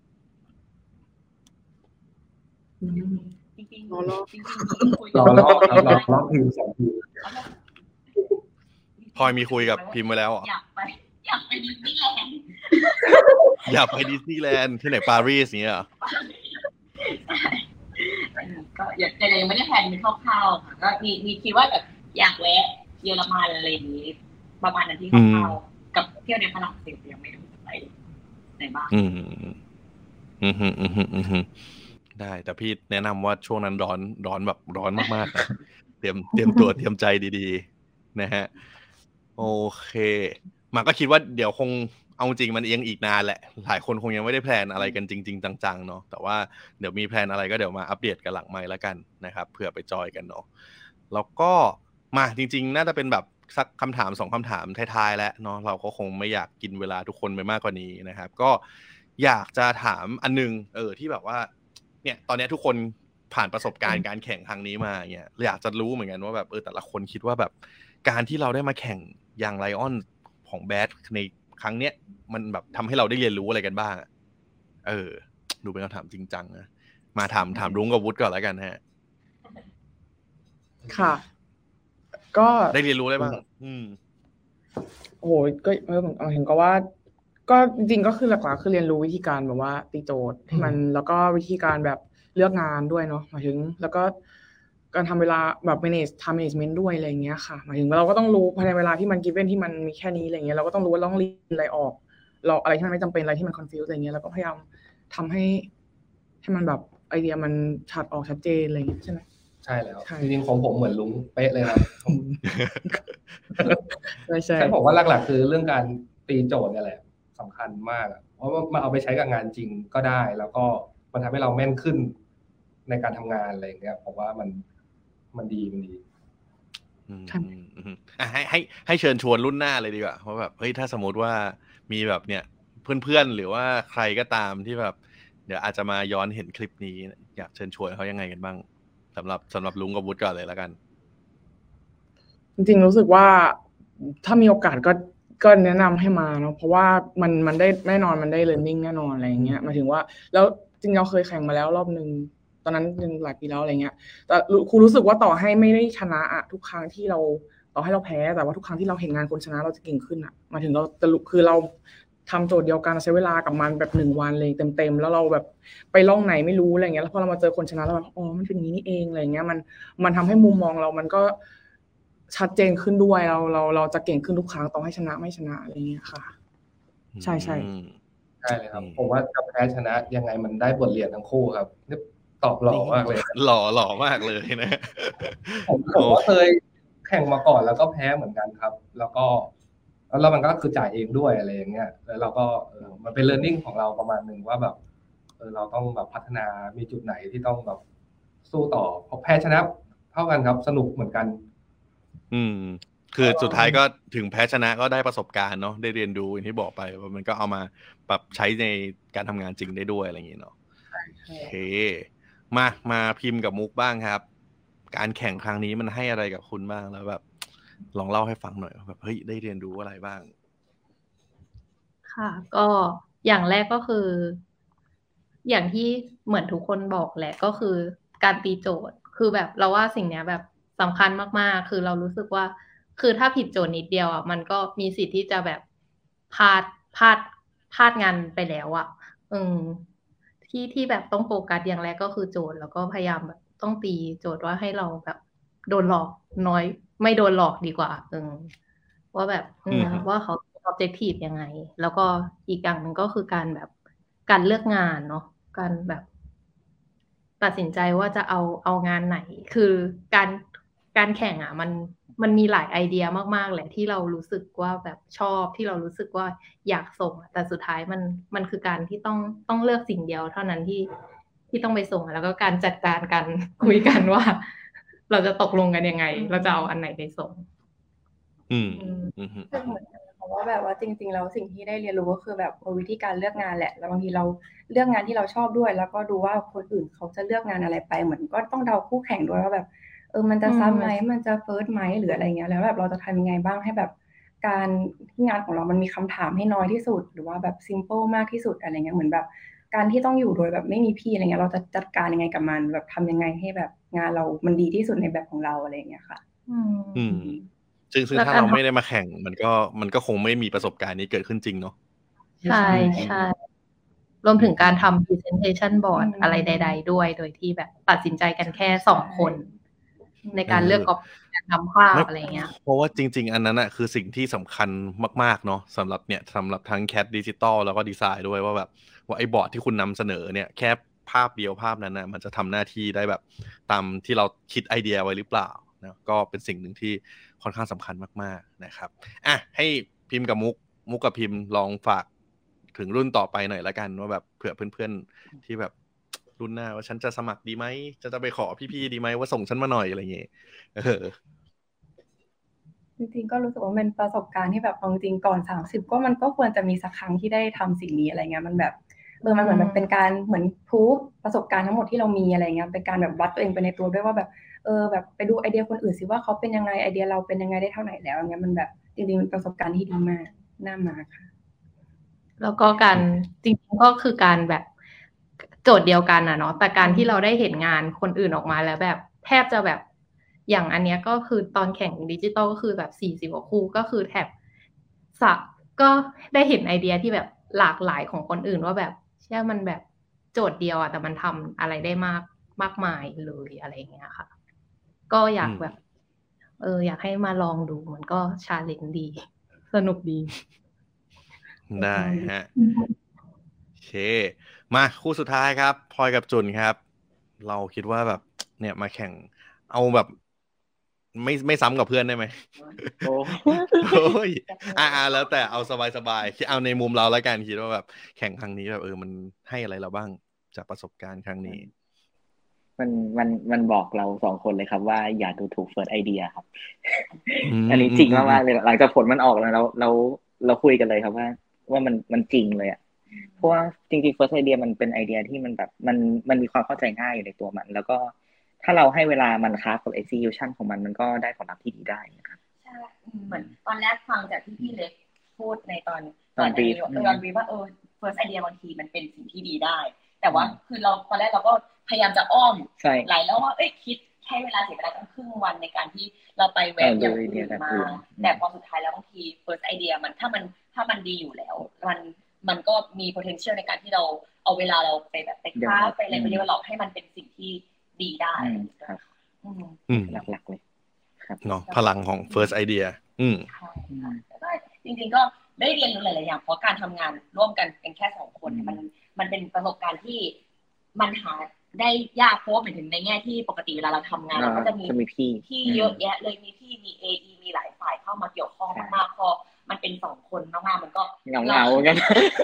จริงๆรอทีม2ทีมพลอยมีคุยกับพิมพ์ไว้แล้วอยากไปดิสนีย์แลนด์อยากไปดิสนีย์แลนด์ที่ไหนปารีสเงี้ยก็ยังไม่ได้แพลนเป็นคร่าวๆค่ะก็มีคิดว่าแบบอยากแวะเยอรมันอะไรอย่างนี้ประมาณนั้นที่คร่าวๆกับเที่ยวในฝรั่งเศสยังไม่รู้ไปไหนบ้างได้แต่พี่แนะนำว่าช่วงนั้นร้อนแบบร้อนมากๆนะเตรียมตัวเตรียมใจดีๆนะฮะโอเคมาก็คิดว่าเดี๋ยวคงเอาจริงมันยังอีกนานแหละหลายคนคงยังไม่ได้แพลนอะไรกันจริงๆจังๆเนาะแต่ว่าเดี๋ยวมีแพลนอะไรก็เดี๋ยวมาอัปเดตกันหลังไมค์แล้วกันนะครับเผื่อไปจอยกันเนาะแล้วก็มาจริงๆน่าจะเป็นแบบสักคำถาม2คำถามท้ายๆแล้วเนาะเราก็คงไม่อยากกินเวลาทุกคนไปมากกว่านี้นะครับก็อยากจะถามอันนึงที่แบบว่าเนี่ยตอนนี้ทุกคนผ่านประสบการณ์การแข่งครั้งนี้มาเนี่ยอยากจะรู้เหมือนกันว่าแบบแต่ละคนคิดว่าแบบการที่เราได้มาแข่งอย่างไลออนของแบดในครั้งเนี้ยมันแบบทำให้เราได้เรียนรู้อะไรกันบ้างดูเป็นคำถามจริงจังนะมาถามรุ้งกับวุฒิก่อนแล้วกันฮะค่ะก็ได้เรียนรู้ได้บ้างโอ้โหก็เห็นก็ว่าก็จริงๆก็คือหลักๆคือเรียนรู้วิธีการแบบว่าตีโจทย์ให้มันแล้วก็วิธีการแบบเลือกงานด้วยเนาะหมายถึงแล้วก็การทำเวลาแบบ time management ด้วยอะไรอย่างเงี้ยค่ะหมายถึงเราก็ต้องรู้ภายในเวลาที่มัน given ที่มันมีแค่นี้อะไรเงี้ยเราก็ต้องรู้ว่าต้องรีดอะไรออกเราอะไรที่มันไม่จำเป็นอะไรที่มัน confuse อะไรเงี้ยแล้วก็พยายามทำให้มันแบบไอเดียมันชัดเจนอะไรอย่างเงี้ยใช่ไหมใช่แล้วจริงๆของผมเหมือนลุงเป๊ะเลยครับใช่ฉันบอกว่าหลักๆคือเรื่องการตีโจทย์เนี่ยแหละสำคัญมากเพราะว่ามาเอาไปใช้กับงานจริงก็ได้แล้วก็มันทำให้เราแม่นขึ้นในการทำงานอะไรอย่างเงี้ยผมว่ามันดีให้เชิญชวนรุ่นหน้าเลยดีกว่าเพราะแบบเฮ้ยถ้าสมมติว่ามีแบบเนี่ยเพื่อนๆหรือว่าใครก็ตามที่แบบเดี๋ยวอาจจะมาย้อนเห็นคลิปนี้อยากเชิญชวนเขายังไงกันบ้างสำหรับลุงกับวุฒิก่อนเลยแล้วกันจริงๆรู้สึกว่าถ้ามีโอกาสก็แนะนำให้มาเนาะเพราะว่ามันได้แน่นอนมันได้ learning แน่นอนอะไรอย่างเงี้ยหมายถึงว่าแล้วจริงเราเคยแข่งมาแล้วรอบนึงตอนนั้นยังหลายปีแล้วอะไรเงี้ยแต่ครูรู้สึกว่าต่อให้ไม่ได้ชนะอะทุกครั้งที่เราต่อให้เราแพ้แต่ว่าทุกครั้งที่เราเห็นงานคนชนะเราจะเก่งขึ้นอะหมายถึงเราคือเราทำโจทย์เดียวกันใช้เวลากับมันแบบ1 วันเลยเต็มๆแล้วเราแบบไปล่องไหนไม่รู้อะไรเงี้ยแล้วพอเรามาเจอคนชนะแล้วแบบอ๋อมันเป็นอย่างนี้นี่เองอะไรเงี้ยมันทำให้มุมมองเรามันก็ชัดเจนขึ้นด้วยเราจะเก่งขึ้นทุกครั้งต่อให้ชนะไม่ชนะอะไรเงี้ยค่ะใช่เลยครับผมว่าจะแพ้ชนะยังไงมันได้บทเรียนทั้งคู่ครับตอบหล่อมากเลยหล่อมากเลยนะผมก็เคยแข่งมาก่อนแล้วก็แพ้เหมือนกันครับแล้วมันก็คือจ่ายเองด้วยอะไรอย่างเงี้ยแล้วเราก็มันเป็น learning ของเราประมาณนึงว่าแบบเราต้องแบบพัฒนามีจุดไหนที่ต้องแบบสู้ต่อเพราะแพ้ชนะเท่ากันครับสนุกเหมือนกันคือสุดท้ายก็ถึงแพ้ชนะก็ได้ประสบการณ์เนาะได้เรียนรู้อย่างที่บอกไปว่ามันก็เอามาปรับใช้ในการทำงานจริงได้ด้วยอะไรอย่างงี้เนาะโอเคมาพิมพ์กับมุกบ้างครับการแข่งครั้งนี้มันให้อะไรกับคุณบ้างแล้วแบบลองเล่าให้ฟังหน่อยแบบเฮ้ยได้เรียนรู้อะไรบ้างค่ะก็อย่างแรกก็คืออย่างที่เหมือนทุกคนบอกแหละก็คือการตีโจทย์คือแบบเราว่าสิ่งเนี้ยแบบสำคัญมากๆคือเรารู้สึกว่าคือถ้าผิดโจทย์นิดเดียวอ่ะมันก็มีสิทธิ์ที่จะแบบพลาดงานไปแล้วอ่ะที่แบบต้องโฟกัสอย่างแรกก็คือโจทย์แล้วก็พยายามแบบต้องตีโจทย์ว่าให้เราแบบโดนหลอกน้อยไม่โดนหลอกดีกว่าว่าแบบว่าเขาobjective ยังไงแล้วก็อีกอย่างหนึ่งก็คือการแบบการเลือกงานเนาะการแบบตัดสินใจว่าจะเอางานไหนคือการแข่งอ่ะมันมีหลายไอเดียมากๆแหละที่เรารู้สึกว่าแบบชอบที่เรารู้สึกว่าอยากส่งแต่สุดท้ายมันคือการที่ต้องเลือกสิ่งเดียวเท่านั้นที่ต้องไปส่งแล้วก็การจัดการกันคุยกันว่าเราจะตกลงกันยังไงเราจะเอาอันไหนไปส่งเหมือนกันเพราะว่าแบบว่าจริงๆแล้วสิ่งที่ได้เรียนรู้ก็คือแบบวิธีการเลือกงานแหละแล้วบางทีเราเลือกงานที่เราชอบด้วยแล้วก็ดูว่าคนอื่นเขาจะเลือกงานอะไรไปเหมือนก็ต้องเดาคู่แข่งด้วยว่าแบบมันจะซ้ำไหมมันจะเฟิร์สไหมหรืออะไรเงี้ยแล้วแบบเราจะทำยังไงบ้างให้แบบการที่งานของเรามันมีคำถามให้น้อยที่สุดหรือว่าแบบซิมเปิลมากที่สุดอะไรเงี้ยเหมือนแบบการที่ต้องอยู่โดยแบบไม่มีพี่อะไรเงี้ยเราจะจัดการยังไงกับมันแบบทำยังไงให้แบบงานเรามันดีที่สุดในแบบของเราอะไรเงี้ยค่ะซึ่งถ้าเราไม่ได้มาแข่งมันก็คงไม่มีประสบการณ์นี้เกิดขึ้นจริงเนาะใช่รวมถึงการทำ presentation board อะไรใดๆด้วยโดยที่แบบตัดสินใจกันแค่2 คนในการเลือกก๊อปการทำภาพอะไรเงี้ยเพราะว่าจริงๆอันนั้นน่ะคือสิ่งที่สำคัญมากๆเนาะสำหรับทั้ง CAD Digital แล้วก็ดีไซน์ด้วยว่าแบบว่าไอ้บอร์ดที่คุณนำเสนอเนี่ยแค่ภาพเดียวภาพนั้นน่ะมันจะทำหน้าที่ได้แบบตามที่เราคิดไอเดียไว้หรือเปล่านะก็เป็นสิ่งหนึ่งที่ค่อนข้างสำคัญมากๆนะครับให้พิมพ์กับมุกกับพิมพ์ลองฝากถึงรุ่นต่อไปหน่อยละกันว่าแบบเผื่อเพื่อนๆที่แบบรุ่นหน้าว่าฉันจะสมัครดีไหมจะไปขอพี่ๆดีไหมว่าส่งฉันมาหน่อยอะไรอย่างเงี้ยจริงๆก็รู้สึกว่าเป็นประสบการณ์ที่แบบจริงก่อน30ก็มันก็ควรจะมีสักครั้งที่ได้ทำสิ่งนี้อะไรเงี้ยมันแบบมันเหมือนแบบเป็นการเหมือนพูฟประสบการณ์ทั้งหมดที่เรามีอะไรเงี้ยเป็นการแบบวัดตัวเองไปในตัวด้วยว่าแบบแบบไปดูไอเดียคนอื่นสิว่าเขาเป็นยังไงไอเดียเราเป็นยังไงได้เท่าไหร่แล้วอย่างเงี้ยมันแบบจริงๆเป็นประสบการณ์ที่ดีมากน่ามาค่ะแล้วก็การจริงๆก็คือการแบบโจทย์เดียวกันเนาะแต่การที่เราได้เห็นงานคนอื่นออกมาแล้วแบบแทบจะแบบอย่างอันเนี้ยก็คือตอนแข่งดิจิตอลก็คือแบบ40 กว่าคู่ก็คือแถบสักก็ได้เห็นไอเดียที่แบบหลากหลายของคนอื่นว่าแบบเชื่อมันแบบโจทย์เดียวแต่มันทำอะไรได้มากมายเลยอะไรอย่างเงี้ยค่ะก็อยากแบบอยากให้มาลองดูมันก็ชาเลนจ์ดีสนุกดีได้ฮะโอเคมาคู่สุดท้ายครับพลอยกับจุนครับเราคิดว่าแบบเนี่ยมาแข่งเอาแบบไม่ซ้ำกับเพื่อนได้ไหมโอ้ยแล้วแต่เอาสบายๆเอาในมุมเราแล้วกันคิดว่าแบบแข่งครั้งนี้แบบมันให้อะไรเราบ้างจากประสบการณ์ครั้งนี้มันบอกเรา2 คนเลยครับว่าอย่าดูถูก first idea ครับ อันนี้จริงมากๆเลยหลังจากผลมันออกแล้วเราคุยกันเลยครับว่ามันจริงเลยอ่ะเพราะว่าจริงๆ first idea มันเป็นไอเดียที่มันแบบมันมีความเข้าใจง่ายอยู่ในตัวมันแล้วก็ถ้าเราให้เวลามันคราฟกับ execution ของมันก็ได้ผลลัพธ์ที่ดีได้นะครับใช่เหมือนตอนแรกฟังจากที่พี่เล็กพูดในตอนรีว่าfirst idea บางทีมันเป็นสิ่งที่ดีได้แต่ว่าคือเราตอนแรกเราก็พยายามจะอ้อมหลายแล้วว่าคิดใช้เวลาเสียเวลาตั้งครึ่งวันในการที่เราไปแวะอย่างอื่นมาแต่พอสุดท้ายแล้วบางที first idea มันถ้ามันดีอยู่แล้วมันก็มี potential ในการที่เราเอาเวลาเราไปแบบไปค้าไปอะไรไปเรียกว่าเราให้มันเป็นสิ่งที่ดีได้ครับหลักๆเลยครับเนาะพลังของ first idea แล้วก็จริงๆก็ได้เรียนรู้หลายๆอย่างเพราะการทำงานร่วมกันเป็นแค่2 คนมันเป็นประสบการณ์ที่มันหาได้ยากเพราะหมายถึงในแง่ที่ปกติเวลาเราทำงานเราก็จะมีที่เยอะแยะเลยมีที่มี AE มีหลายฝ่ายเข้ามาเกี่ยวข้องมากๆพอมันเป็น2 คนมากๆมันก็เหงาๆกัน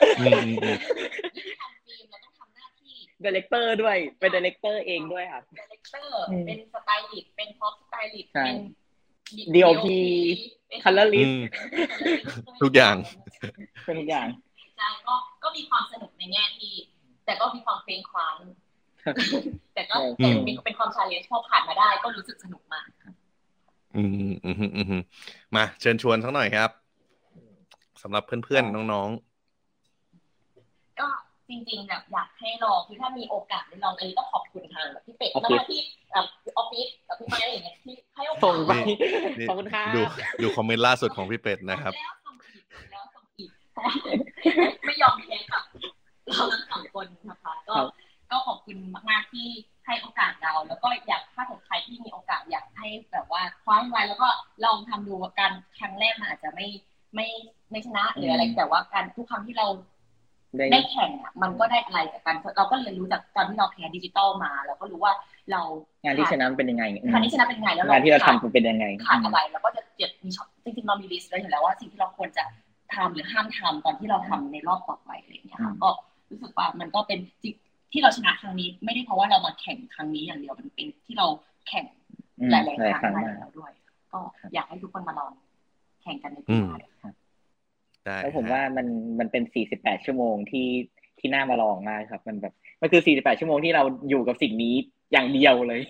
เราต้องทำหน้าที่ director ด้วยเป็น director เองด้วยครับ director เป็นสไตลิสต์เป็น pop สไตลิสต์เป็น DOP colorist ทุกอย่างเป็นทุกอย่างใช่ก็มีความสนุกในแง่ที่แต่ก็มีความเคว้งคว้างแต่ก็เป็นความ challenge พอผ่านมาได้ก็รู้สึกสนุกมากมาเชิญชวนสักหน่อยครับสำหรับเพื่อนๆน้องๆก็จริงๆแบบอยากให้ลองคือถ้ามีโอกาสได้ลองอันนี้ต้องขอบคุณทางพี่เป็ดนะคะที่ออฟฟิศกับพี่ไม้อย่างเงี้ยที่ให้โอกาสส่งไปขอบคุณค่ะดูคอมเมนต์ล่าสุดของพี่เป็ดนะครับแล้วส่งอีกไม่ยอมแพ้กับเราทั้ง2 คนนะคะก็ขอบคุณมากๆที่ให้โอกาสเราแล้วก็อยากถ้าเกิดใครที่มีโอกาสอยากให้แบบว่าคว้าไว้แล้วก็ลองทำดูกันครั้งแรกมันอาจจะไม่ชนะหรืออะไรแต่ว่าการทุกครั้งที่เราได้แข่งมันก็ได้อะไรจากกันเราก็เรียนรู้จากตอนที่เราแข่งดิจิตอลมาเราก็รู้ว่าเรางานที่ชนะเป็นยังไงงานที่ชนะเป็นยังไงแล้วงานที่เราทำเป็นยังไงขาดอะไรแล้วก็จะมีจริงๆเรามีลิสต์ไว้อยู่แล้วว่าสิ่งที่เราควรจะทำหรือห้ามทำตอนที่เราทำในรอบต่อไปอะไรอย่างเงี้ยก็รู้สึกว่ามันก็เป็นที่เราชนะครั้งนี้ไม่ได้เพราะว่าเรามาแข่งครั้งนี้อย่างเดียวมันเป็นที่เราแข่งหลายๆครั้งมาแล้วด้วยก็อยากให้ทุกคนมาลองแข่งกันในปีหน้าค่ะแล้วผมว่ามันเป็น48 ชั่วโมงที่น่ามาลองมากครับมันคือ48 ชั่วโมงที่เราอยู่กับสิ่งนี้อย่างเดียวเลย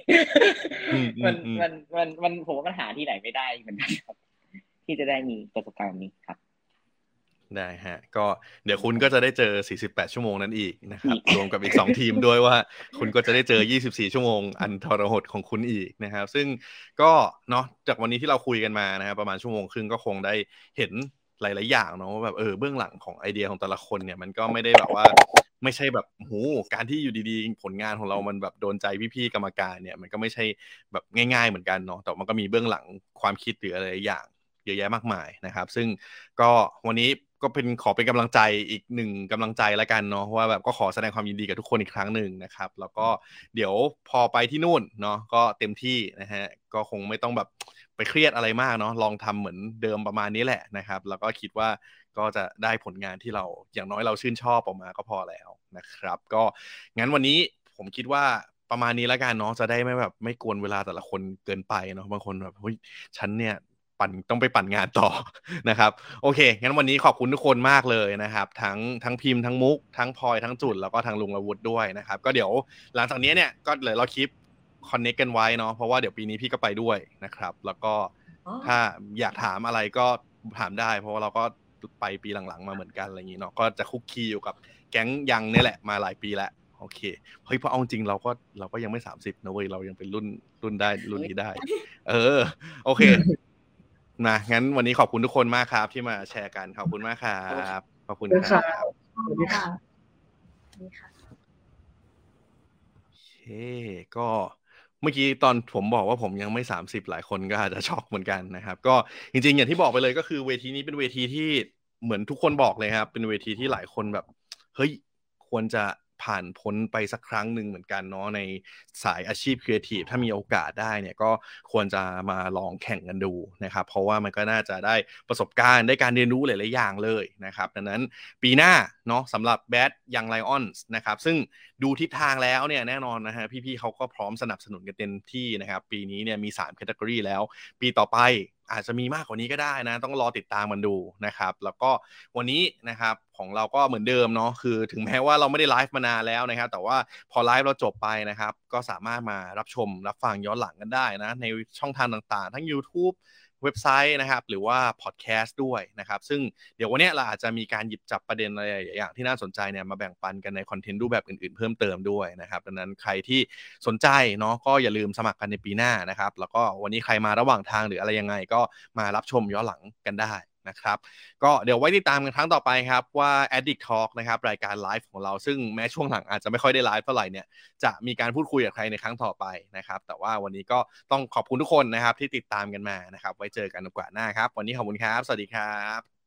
มันผมว่ามันหาที่ไหนไม่ได้เหมือนกันครับที่จะได้มีประสบการณ์นี้ครับได้ฮะก็เดี๋ยวคุณก็จะได้เจอ48 ชั่วโมงนั้นอีกนะครับรวมกับอีก2 ทีมด้วยว่าคุณก็จะได้เจอ24 ชั่วโมงอันทรหดของคุณอีกนะครับซึ่งก็เนาะจากวันนี้ที่เราคุยกันมานะครับประมาณ1 ชั่วโมงครึ่งก็คงได้เห็นหลายๆอย่างเนาะแบบเบื้องหลังของไอเดียของแต่ละคนเนี่ยมันก็ไม่ได้แบบว่าไม่ใช่แบบโหการที่อยู่ดีๆผลงานของเรามันแบบโดนใจพี่ๆกรรมการเนี่ยมันก็ไม่ใช่แบบง่ายๆเหมือนกันเนาะแต่มันก็มีเบื้องหลังความคิดหรืออะไรอย่างเยอะแยะมากมายนะครับซึ่งก็วันนี้ก็ขอเป็นกำลังใจอีก1 กำลังใจละกันเนาะว่าแบบก็ขอแสดงความยินดีกับทุกคนอีกครั้งหนึ่งนะครับแล้วก็เดี๋ยวพอไปที่นู่นเนาะก็เต็มที่นะฮะก็คงไม่ต้องแบบไปเครียดอะไรมากเนาะลองทำเหมือนเดิมประมาณนี้แหละนะครับแล้วก็คิดว่าก็จะได้ผลงานที่เราอย่างน้อยเราชื่นชอบออกมาก็พอแล้วนะครับก็งั้นวันนี้ผมคิดว่าประมาณนี้ละกันเนาะจะได้ไม่กวนเวลาแต่ละคนเกินไปเนาะบางคนแบบเฮ้ยฉันเนี่ยต้องไปปั่นงานต่อนะครับโอเคงั้นวันนี้ขอบคุณทุกคนมากเลยนะครับทั้งพิมพ์ทั้งมุกทั้งพลอยทั้งจุดแล้วก็ทางลุงละวุฒิด้วยนะครับก็เดี๋ยวหลังจากนี้เนี่ยก็เลยเราคลิปคอนเนคกันไว้เนาะเพราะว่าเดี๋ยวปีนี้พี่ก็ไปด้วยนะครับแล้วก็ถ้าอยากถามอะไรก็ถามได้เพราะว่าเราก็ไปปีหลังๆมาเหมือนกันอะไรอย่างนี้เนาะก็จะคุกคีอยู่กับแก๊งยังนี่แหละมาหลายปีแล้วโอเคเฮ้ยเพราะเอาจริงเราก็ยังไม่30นะเว้ยเรายังเป็นรุ่นได้รุ่นนี้ได้โอเคนะงั้นวันนี้ขอบคุณทุกคนมากครับที่มาแชร์กันขอบคุณมากครับขอบคุณครับสวัสดีค่ะโอเคก็เมื่อกี้ตอนผมบอกว่าผมยังไม่30หลายคนก็อาจจะช็อกเหมือนกันนะครับก็จริงๆอย่างที่บอกไปเลยก็คือเวทีนี้เป็นเวทีที่เหมือนทุกคนบอกเลยครับเป็นเวทีที่หลายคนแบบเฮ้ยควรจะผ่านพ้นไปสักครั้งหนึ่งเหมือนกันเนาะในสายอาชีพครีเอทีฟถ้ามีโอกาสได้เนี่ยก็ควรจะมาลองแข่งกันดูนะครับเพราะว่ามันก็น่าจะได้ประสบการณ์ได้การเรียนรู้หลายๆอย่างเลยนะครับดังนั้นปีหน้าเนาะสำหรับ Bad Young Lions นะครับซึ่งดูทิศทางแล้วเนี่ยแน่นอนนะฮะพี่ๆเขาก็พร้อมสนับสนุนกันเต็มที่นะครับปีนี้เนี่ยมี3 category แล้วปีต่อไปอาจจะมีมากกว่านี้ก็ได้นะต้องรอติดตามมันดูนะครับแล้วก็วันนี้นะครับของเราก็เหมือนเดิมเนาะคือถึงแม้ว่าเราไม่ได้ไลฟ์มานานแล้วนะครับแต่ว่าพอไลฟ์เราจบไปนะครับก็สามารถมารับชมรับฟังย้อนหลังกันได้นะในช่องทางต่างๆทั้ง YouTube เว็บไซต์นะครับหรือว่าพอดแคสต์ด้วยนะครับซึ่งเดี๋ยววันนี้เราอาจจะมีการหยิบจับประเด็นอะไรอย่างที่น่าสนใจเนี่ยมาแบ่งปันกันในคอนเทนต์รูปแบบอื่นๆเพิ่มเติมด้วยนะครับดังนั้นใครที่สนใจเนาะก็อย่าลืมสมัครกันในปีหน้านะครับแล้วก็วันนี้ใครมาระหว่างทางหรืออะไรยังไงก็มารับชมย้อนหลังกันได้นะครับก็เดี๋ยวไว้ติดตามกันครั้งต่อไปครับว่า Addict Talk นะครับรายการไลฟ์ของเราซึ่งแม้ช่วงหลังอาจจะไม่ค่อยได้ไลฟ์เท่าไหร่เนี่ยจะมีการพูดคุยกับใครในครั้งต่อไปนะครับแต่ว่าวันนี้ก็ต้องขอบคุณทุกคนนะครับที่ติดตามกันมานะครับไว้เจอกันโอกาสหน้าครับวันนี้ขอบคุณครับสวัสดีครับ